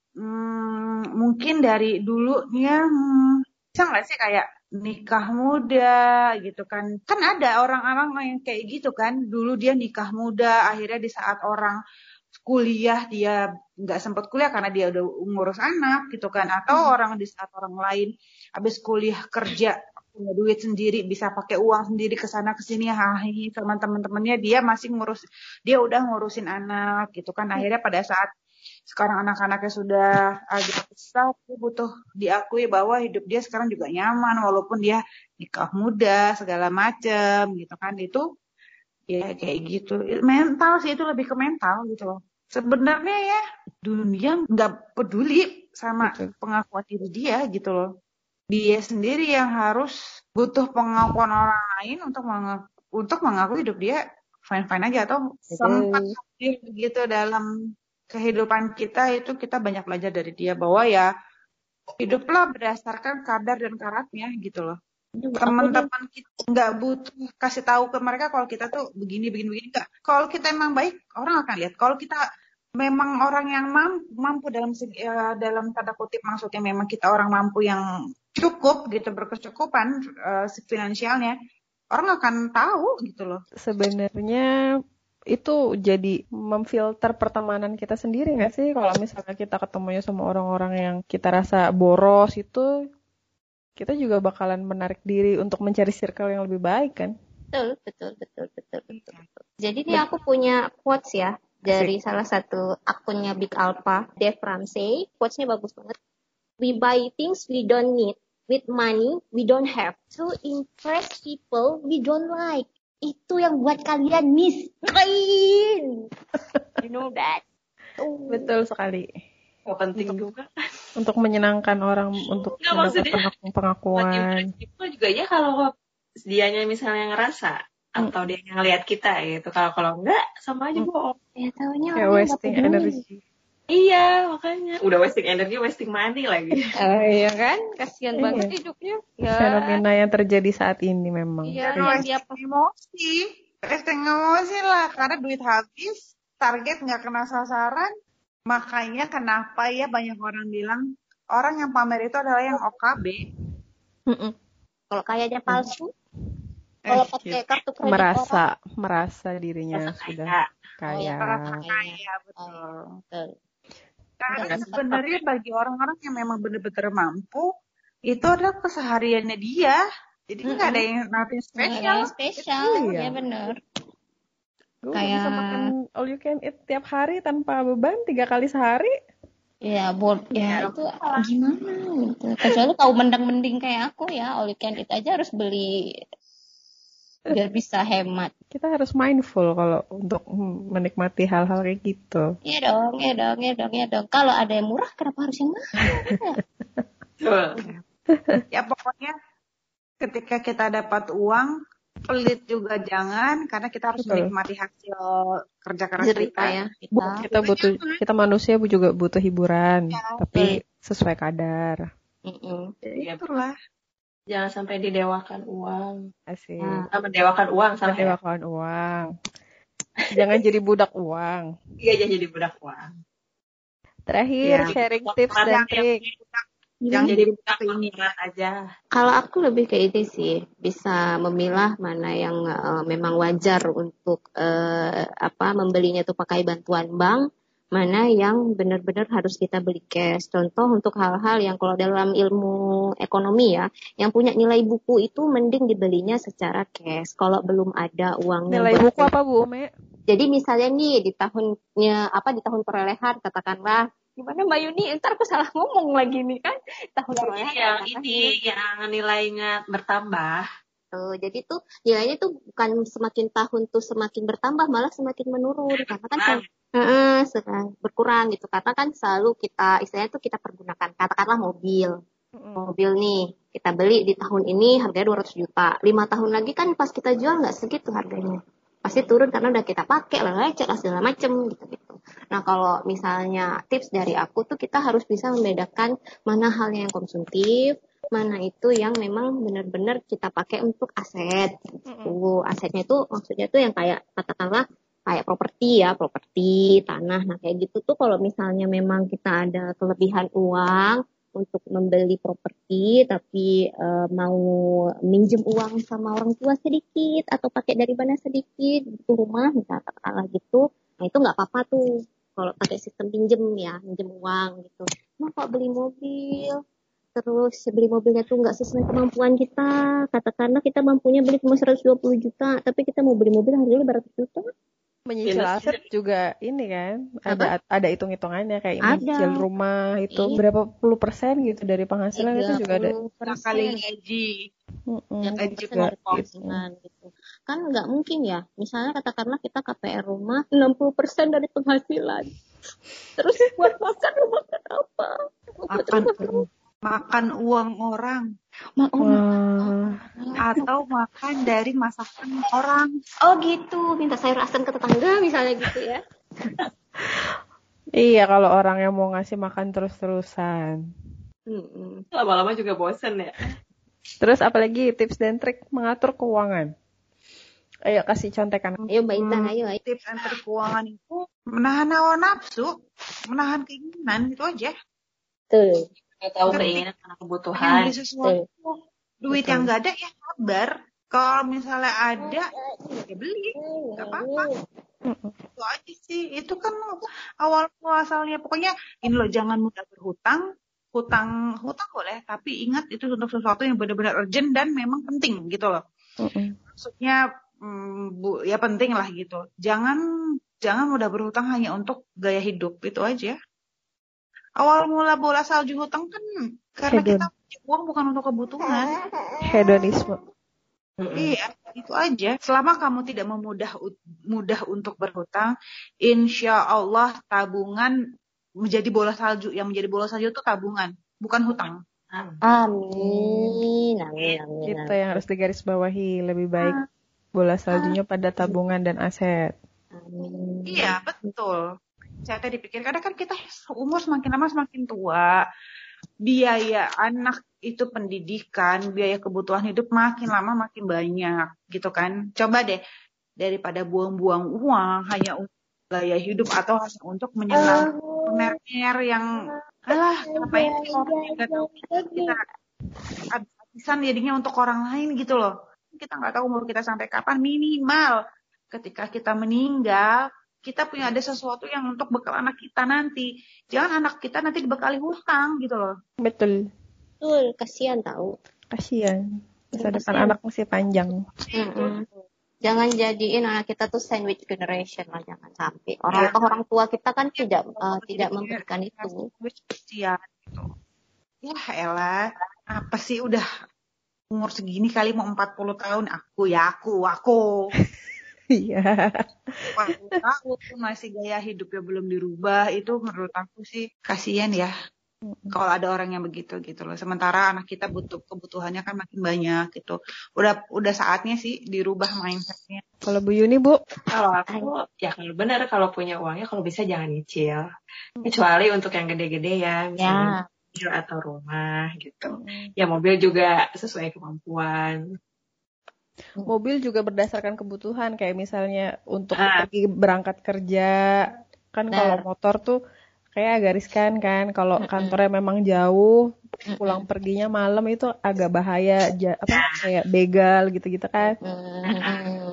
hmm, mungkin dari dulunya hmm, bisa nggak sih kayak nikah muda gitu kan. Kan ada orang-orang yang kayak gitu kan. Dulu dia nikah muda, akhirnya di saat orang kuliah dia nggak sempat kuliah karena dia udah ngurus anak gitu kan. Atau hmm. orang di saat orang lain habis kuliah kerja punya duit sendiri, bisa pakai uang sendiri ke sana ke sini hahi sama teman-temannya, dia masih ngurus, dia udah ngurusin anak gitu kan. Akhirnya pada saat sekarang anak-anaknya sudah agak besar, dia butuh diakui bahwa hidup dia sekarang juga nyaman walaupun dia nikah muda segala macem gitu kan. Itu ya kayak gitu, mental sih, itu lebih ke mental gitu loh. Sebenarnya ya dunia nggak peduli sama Betul. pengakuan diri dia gitu loh. Dia sendiri yang harus butuh pengakuan orang lain untuk mengaku, untuk mengaku hidup dia fine-fine aja. Atau sempat hadir gitu dalam kehidupan kita, itu kita banyak belajar dari dia bahwa ya hiduplah berdasarkan kadar dan karatnya gitu loh. Teman-teman kita nggak butuh kasih tahu ke mereka kalau kita tuh begini begini begini enggak. Kalau kita emang baik, orang akan lihat. Kalau kita memang orang yang mampu, mampu dalam ya, dalam tanda kutip maksudnya memang kita orang mampu yang cukup gitu, berkecukupan uh, finansialnya, orang akan tahu gitu loh. Sebenarnya itu jadi memfilter pertemanan kita sendiri nggak sih? Kalau misalnya kita ketemunya sama orang-orang yang kita rasa boros, itu kita juga bakalan menarik diri untuk mencari circle yang lebih baik kan? Betul, betul, betul, betul, betul. betul. Jadi nih aku punya quotes ya dari Asik. salah satu akunnya Big Alpha, Dave Ramsey. Quotesnya bagus banget. We buy things we don't need with money we don't have to impress people we don't like. Itu yang buat kalian miskin. You know that? Oh. Betul sekali. Oh, penting untuk, juga. Untuk menyenangkan orang, untuk mendapat pengakuan. Itu juga ya kalau dianya misalnya ngerasa hmm. atau dia ngelihat kita gitu. Kalau kalau enggak sama aja bohong. Ya taunya kayak wasting energy. Iya, makanya. Udah wasting energy, wasting money lagi. Oh iya kan? Kasihan iya. banget hidupnya. Ya. Fenomena yang terjadi saat ini memang. Iya, wasting emosi. Wasting emosi lah. Karena duit habis, target nggak kena sasaran. Makanya kenapa ya banyak orang bilang, orang yang pamer itu adalah yang O K B. Kalau kayaknya palsu. Kalau pakai kartu kredit merasa, orang. Merasa dirinya merasa sudah kaya. kaya. Oh, ya, merasa kaya, betul. betul. Karena sebenarnya bagi orang-orang yang memang benar-benar mampu, itu adalah kesehariannya dia. Jadi nggak mm-hmm. ada yang nothing spesial. Spesial, ya benar. Gue kayak... bisa makan all you can eat tiap hari tanpa beban tiga kali sehari. Ya, buat ya, ya itu gimana gitu. Kecuali kau mending-mending kayak aku ya, all you can eat aja harus beli biar bisa hemat. Kita harus mindful kalau untuk menikmati hal-hal kayak gitu. Iya dong, iya dong, iya dong, iya dong. Kalau ada yang murah, kenapa harus yang mahal? Ya pokoknya ketika kita dapat uang, pelit juga jangan, karena kita harus Betul. menikmati hasil kerja keras kita. Ya, kita. kita butuh, kita manusia juga butuh hiburan, ya, tapi betul. sesuai kadar. Ya, itulah. Jangan sampai didewakan uang. Asik. Nah, mendewakan uang sama mendewakan ya? uang. Jangan jadi budak uang. Iya, jangan jadi budak uang. Terakhir ya, sharing tips dan trik. Jangan jadi budak ini aja. Kalau aku lebih ke ini sih, bisa memilah mana yang uh, memang wajar untuk uh, apa membelinya tuh pakai bantuan bank, mana yang benar-benar harus kita beli cash. Contoh untuk hal-hal yang kalau dalam ilmu ekonomi ya, yang punya nilai buku itu mending dibelinya secara cash. Kalau belum ada uangnya. Nilai buku apa Bu Ome? Jadi misalnya nih di tahunnya apa di tahun perolehan katakanlah gimana Mbak Yuni, ntar aku salah ngomong lagi nih kan tahun perolehan yang ini yang nilainya bertambah. Tuh, jadi tuh nilainya tuh bukan semakin tahun tuh semakin bertambah, malah semakin menurun karena kan kan uh, sedang berkurang gitu karena kan selalu kita istilahnya tuh kita pergunakan katakanlah mobil mm. mobil nih kita beli di tahun ini harganya dua ratus juta, lima tahun lagi kan pas kita jual nggak segitu harganya, pasti turun karena udah kita pakai lah lecet lah segala macem gitu gitu. Nah kalau misalnya tips dari aku tuh kita harus bisa membedakan mana hal yang konsumtif, mana itu yang memang benar-benar kita pakai untuk aset. Gitu. Asetnya itu maksudnya tuh yang kayak katakanlah kayak properti ya, properti, tanah. Nah kayak gitu tuh kalau misalnya memang kita ada kelebihan uang untuk membeli properti tapi e, mau minjem uang sama orang tua sedikit atau pakai dari mana sedikit butuh rumah misalnya katakanlah gitu, nah itu nggak apa-apa tuh kalau pakai sistem pinjem ya, minjem uang gitu. Nah kok beli mobil terus beli mobilnya tuh nggak sesuai kemampuan kita, katakanlah kita mampunya beli cuma seratus dua puluh juta tapi kita mau beli mobil harganya lima ratus juta. Menyicil aset juga ini kan ada apa? Ada hitung-hitungannya kayak menyicil rumah itu iya. Berapa puluh persen gitu dari penghasilan itu juga ada kali gaji ya, gaji pokok gitu kan nggak mungkin ya misalnya katakanlah kita K P R rumah enam puluh persen dari penghasilan terus buat makan rumah kan apa makan makan uang orang Wah. atau makan dari masakan orang. Oh gitu, minta sayur asam ke tetangga misalnya gitu ya. Iya, kalau orang yang mau ngasih makan terus-terusan. Hmm. Lama-lama juga bosan ya. Terus apalagi tips dan trik mengatur keuangan? Ayo kasih contekan. Ayo Mbak Intan, ayo, ayo. Tips dan trik keuangan itu menahan hawa nafsu, menahan keinginan itu aja. Tuh. Gak tahu keinginan karena kebutuhan. Beli sesuatu, Tuh. duit Betul. Yang gak ada ya sabar. Kalau misalnya ada, ya beli, gak apa-apa. Itu aja sih. Itu kan awal muasalnya. Pokoknya ini loh, jangan mudah berhutang. Hutang, hutang boleh, tapi ingat itu untuk sesuatu yang benar-benar urgent dan memang penting gitu loh. Uh-uh. Maksudnya, hmm, bu, ya penting lah gitu. Jangan, jangan mudah berhutang hanya untuk gaya hidup itu aja. Awal mula bola salju hutang kan karena Hedon. Kita punya uang bukan untuk kebutuhan. Hedonisme. Mm-hmm. Iya, itu aja. Selama kamu tidak memudah mudah untuk berhutang, insya Allah tabungan menjadi bola salju. Yang menjadi bola salju itu tabungan, bukan hutang. Amin. Amin. Amin. Itu yang harus digarisbawahi. Lebih baik bola saljunya pada tabungan dan aset. Amin. Iya, betul. Saya tadi dipikir, kadang kan kita umur semakin lama semakin tua, biaya anak itu pendidikan, biaya kebutuhan hidup makin lama makin banyak, gitu kan. Coba deh, daripada buang-buang uang hanya untuk gaya hidup atau hanya untuk menyenangkan mer-mer yang, alah, ngapain sih orang yang gak tahu kita, kita habisan jadinya untuk orang lain gitu loh. Kita nggak tahu umur kita sampai kapan, minimal ketika kita meninggal, kita punya ada sesuatu yang untuk bekal anak kita nanti. Jangan anak kita nanti dibekali hutang gitu loh. Betul. Betul, kasihan tahu. Kasihan. Masa depan anak masih panjang. Mm-mm. Jangan jadiin anak kita tuh sandwich generation lah, jangan sampai. Orang ya. orang tua kita kan tidak uh, tidak memberikan itu. Ya, gitu. Ya elah, apa sih udah umur segini kali mau empat puluh tahun aku ya aku aku. Iya. Tahu masih gaya hidupnya belum dirubah, itu menurut aku sih kasihan ya. Mm-hmm. Kalau ada orang yang begitu gitu loh. Sementara anak kita butuh kebutuhannya kan makin banyak gitu. Udah udah saatnya sih dirubah mindsetnya. Kalau Bu Yuni Bu? Kalau aku ya kalau benar kalau punya uangnya kalau bisa jangan nyicil. Kecuali untuk yang gede-gede ya, misalnya ya. Mobil atau rumah gitu. Mm-hmm. Ya mobil juga sesuai kemampuan. Mobil juga berdasarkan kebutuhan, kayak misalnya untuk ah. pergi berangkat kerja kan. Nah. Kalau motor tuh kayak agak riskan kan, kalau mm-hmm. kantornya memang jauh, pulang perginya malam itu agak bahaya, ja, apa kayak begal gitu-gitu kan. Mm-hmm.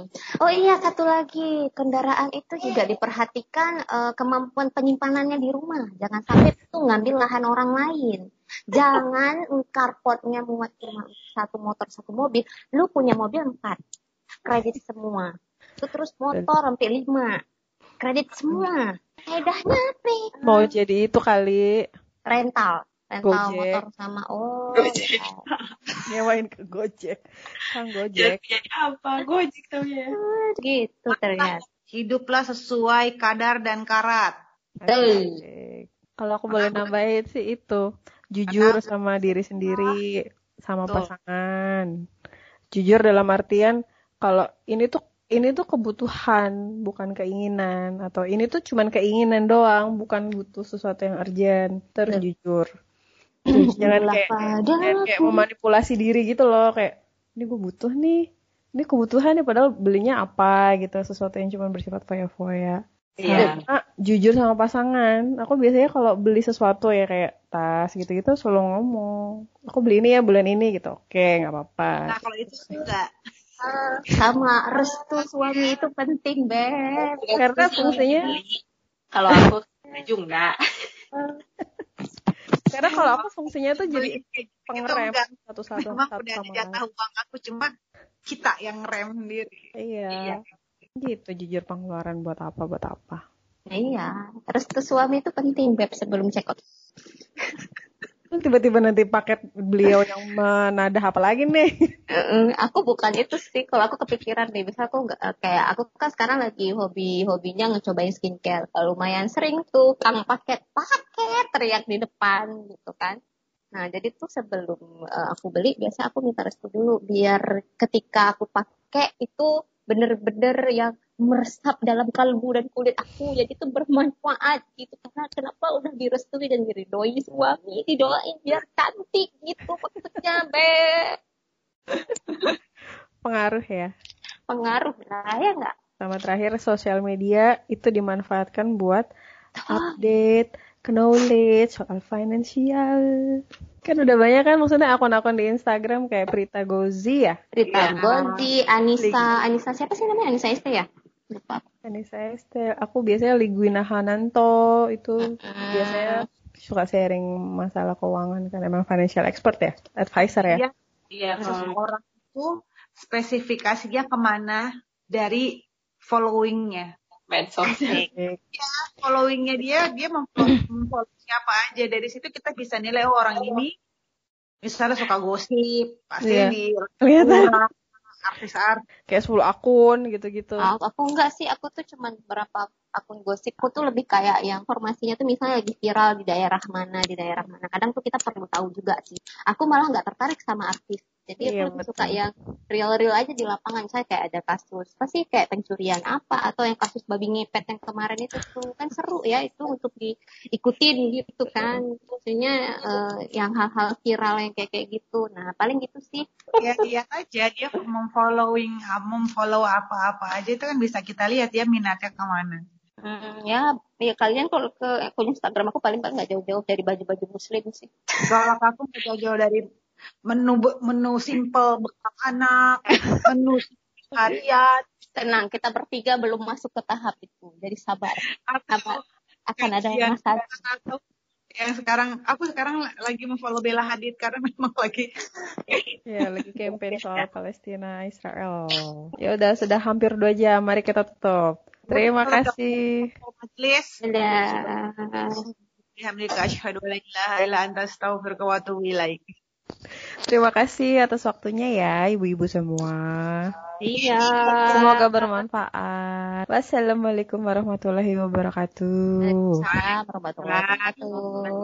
Oh iya, satu lagi, kendaraan itu juga diperhatikan uh, kemampuan penyimpanannya di rumah. Jangan sampai itu ngambil lahan orang lain. Jangan carportnya muat cuma satu motor satu mobil. Lu punya mobil empat, kredit semua. Lu terus motor sampai lima, kredit semua. Faedahnya apa? Mau jadi itu kali. Rental. Rental Gojek. Motor sama oh Gojek. Nyewain ke Gojek. Kang Gojek. Jadi apa? Gojek tau ya. Gitu ternyata. Hiduplah sesuai kadar dan karat. Asik. Kalau aku boleh nambahin sih itu. Jujur Anak. sama diri sendiri. Sama Tuh. pasangan. Jujur dalam artian kalau ini tuh ini tuh kebutuhan, bukan keinginan. Atau ini tuh cuman keinginan doang, bukan butuh sesuatu yang urgent. Terus jujur. Jangan kayak, jangan kayak memanipulasi diri gitu loh. Kayak, ini gue butuh nih. Ini kebutuhan nih, padahal belinya apa gitu. Sesuatu yang cuma bersifat foya-foya. Iya. Sama jujur sama pasangan. Aku biasanya kalau beli sesuatu ya kayak tas gitu-gitu selalu ngomong. Aku beli ini ya bulan ini gitu. Oke, gak apa-apa. Nah kalau itu juga. Sama restu suami itu penting, Beb. Karena fungsinya. Kalau aku juga. Karena kalau aku fungsinya tuh jadi pengerem satu-satu satu sama jatah uang aku cuma kita yang rem sendiri. Iya. iya. Gitu jujur pengeluaran buat apa buat apa. Iya. Restu suami itu penting Beb sebelum check out. Tiba-tiba nanti paket beliau yang menadah apa lagi nih? Uh, aku bukan itu sih. Kalau aku kepikiran nih, misal aku nggak kayak aku kan sekarang lagi hobi-hobinya ngecobain skincare. Lumayan sering tuh kang paket paket teriak di depan gitu kan. Nah jadi tuh sebelum uh, aku beli biasa aku minta restu dulu biar ketika aku pakai itu bener-bener yang meresap dalam kalbu dan kulit aku, jadi itu bermanfaat gitu. Karena kenapa udah direstui dan diridoi suami, didoain biar cantik gitu maksudnya, Beb. Pengaruh ya? Pengaruh lah ya nggak? Sama terakhir sosial media itu dimanfaatkan buat update, knowledge soal finansial. Kan udah banyak kan maksudnya akun-akun di Instagram kayak Prita Gozi ya? Prita ya. Gozi, Anissa, Anissa siapa sih namanya? Anissa Este ya? Lupa. Anissa Este. Aku biasanya Liguina Hananto itu uh-huh. biasanya suka sharing masalah keuangan kan emang financial expert ya, advisor ya. Iya. Iya. Seseorang itu spesifikasinya kemana dari followingnya. Medsos. Ya, followingnya dia dia memfollow siapa aja, dari situ kita bisa nilai oh, orang ini misalnya suka gosip pasti yeah. di kelihatan artis-artis kayak sepuluh akun gitu-gitu. Oh, aku enggak sih, aku tuh cuman berapa akun gosipku tuh lebih kayak yang informasinya tuh misalnya lagi viral di daerah mana di daerah mana. Kadang tuh kita perlu tahu juga sih. Aku malah nggak tertarik sama artis. Jadi iya, aku betul. Suka yang real-real aja di lapangan. Saya kayak ada kasus, pasti kayak pencurian apa atau yang kasus babi ngepet yang kemarin itu tuh kan seru ya itu untuk diikutin gitu kan. Maksudnya uh, yang hal-hal viral yang kayak kayak gitu. Nah paling gitu sih. Ya lihat aja dia memfollowing, memfollow apa-apa aja itu kan bisa kita lihat dia minatnya kemana. Hmm, ya, ya kalian kalau ke akun Instagram aku paling paling nggak jauh-jauh dari baju-baju muslim sih. Kalau aku nggak jauh-jauh dari menu menu simple bekal anak, menu harian. Tenang, kita bertiga belum masuk ke tahap itu, jadi sabar. Sabar. Akan ada masalah. Yang sekarang aku sekarang lagi memfollow Bella Hadid karena memang lagi ya lagi campaign soal Palestina Israel. Ya udah sudah hampir dua jam, mari kita tutup. Terima kasih. Majelis. Dadah. Alhamdulillah asyhadu an la ilaha illa anta astaghfiruka wa atubu ilaik. Terima kasih atas waktunya ya ibu-ibu semua. Iya. Semoga bermanfaat. Wassalamualaikum warahmatullahi wabarakatuh. Waalaikumsalam warahmatullahi wabarakatuh.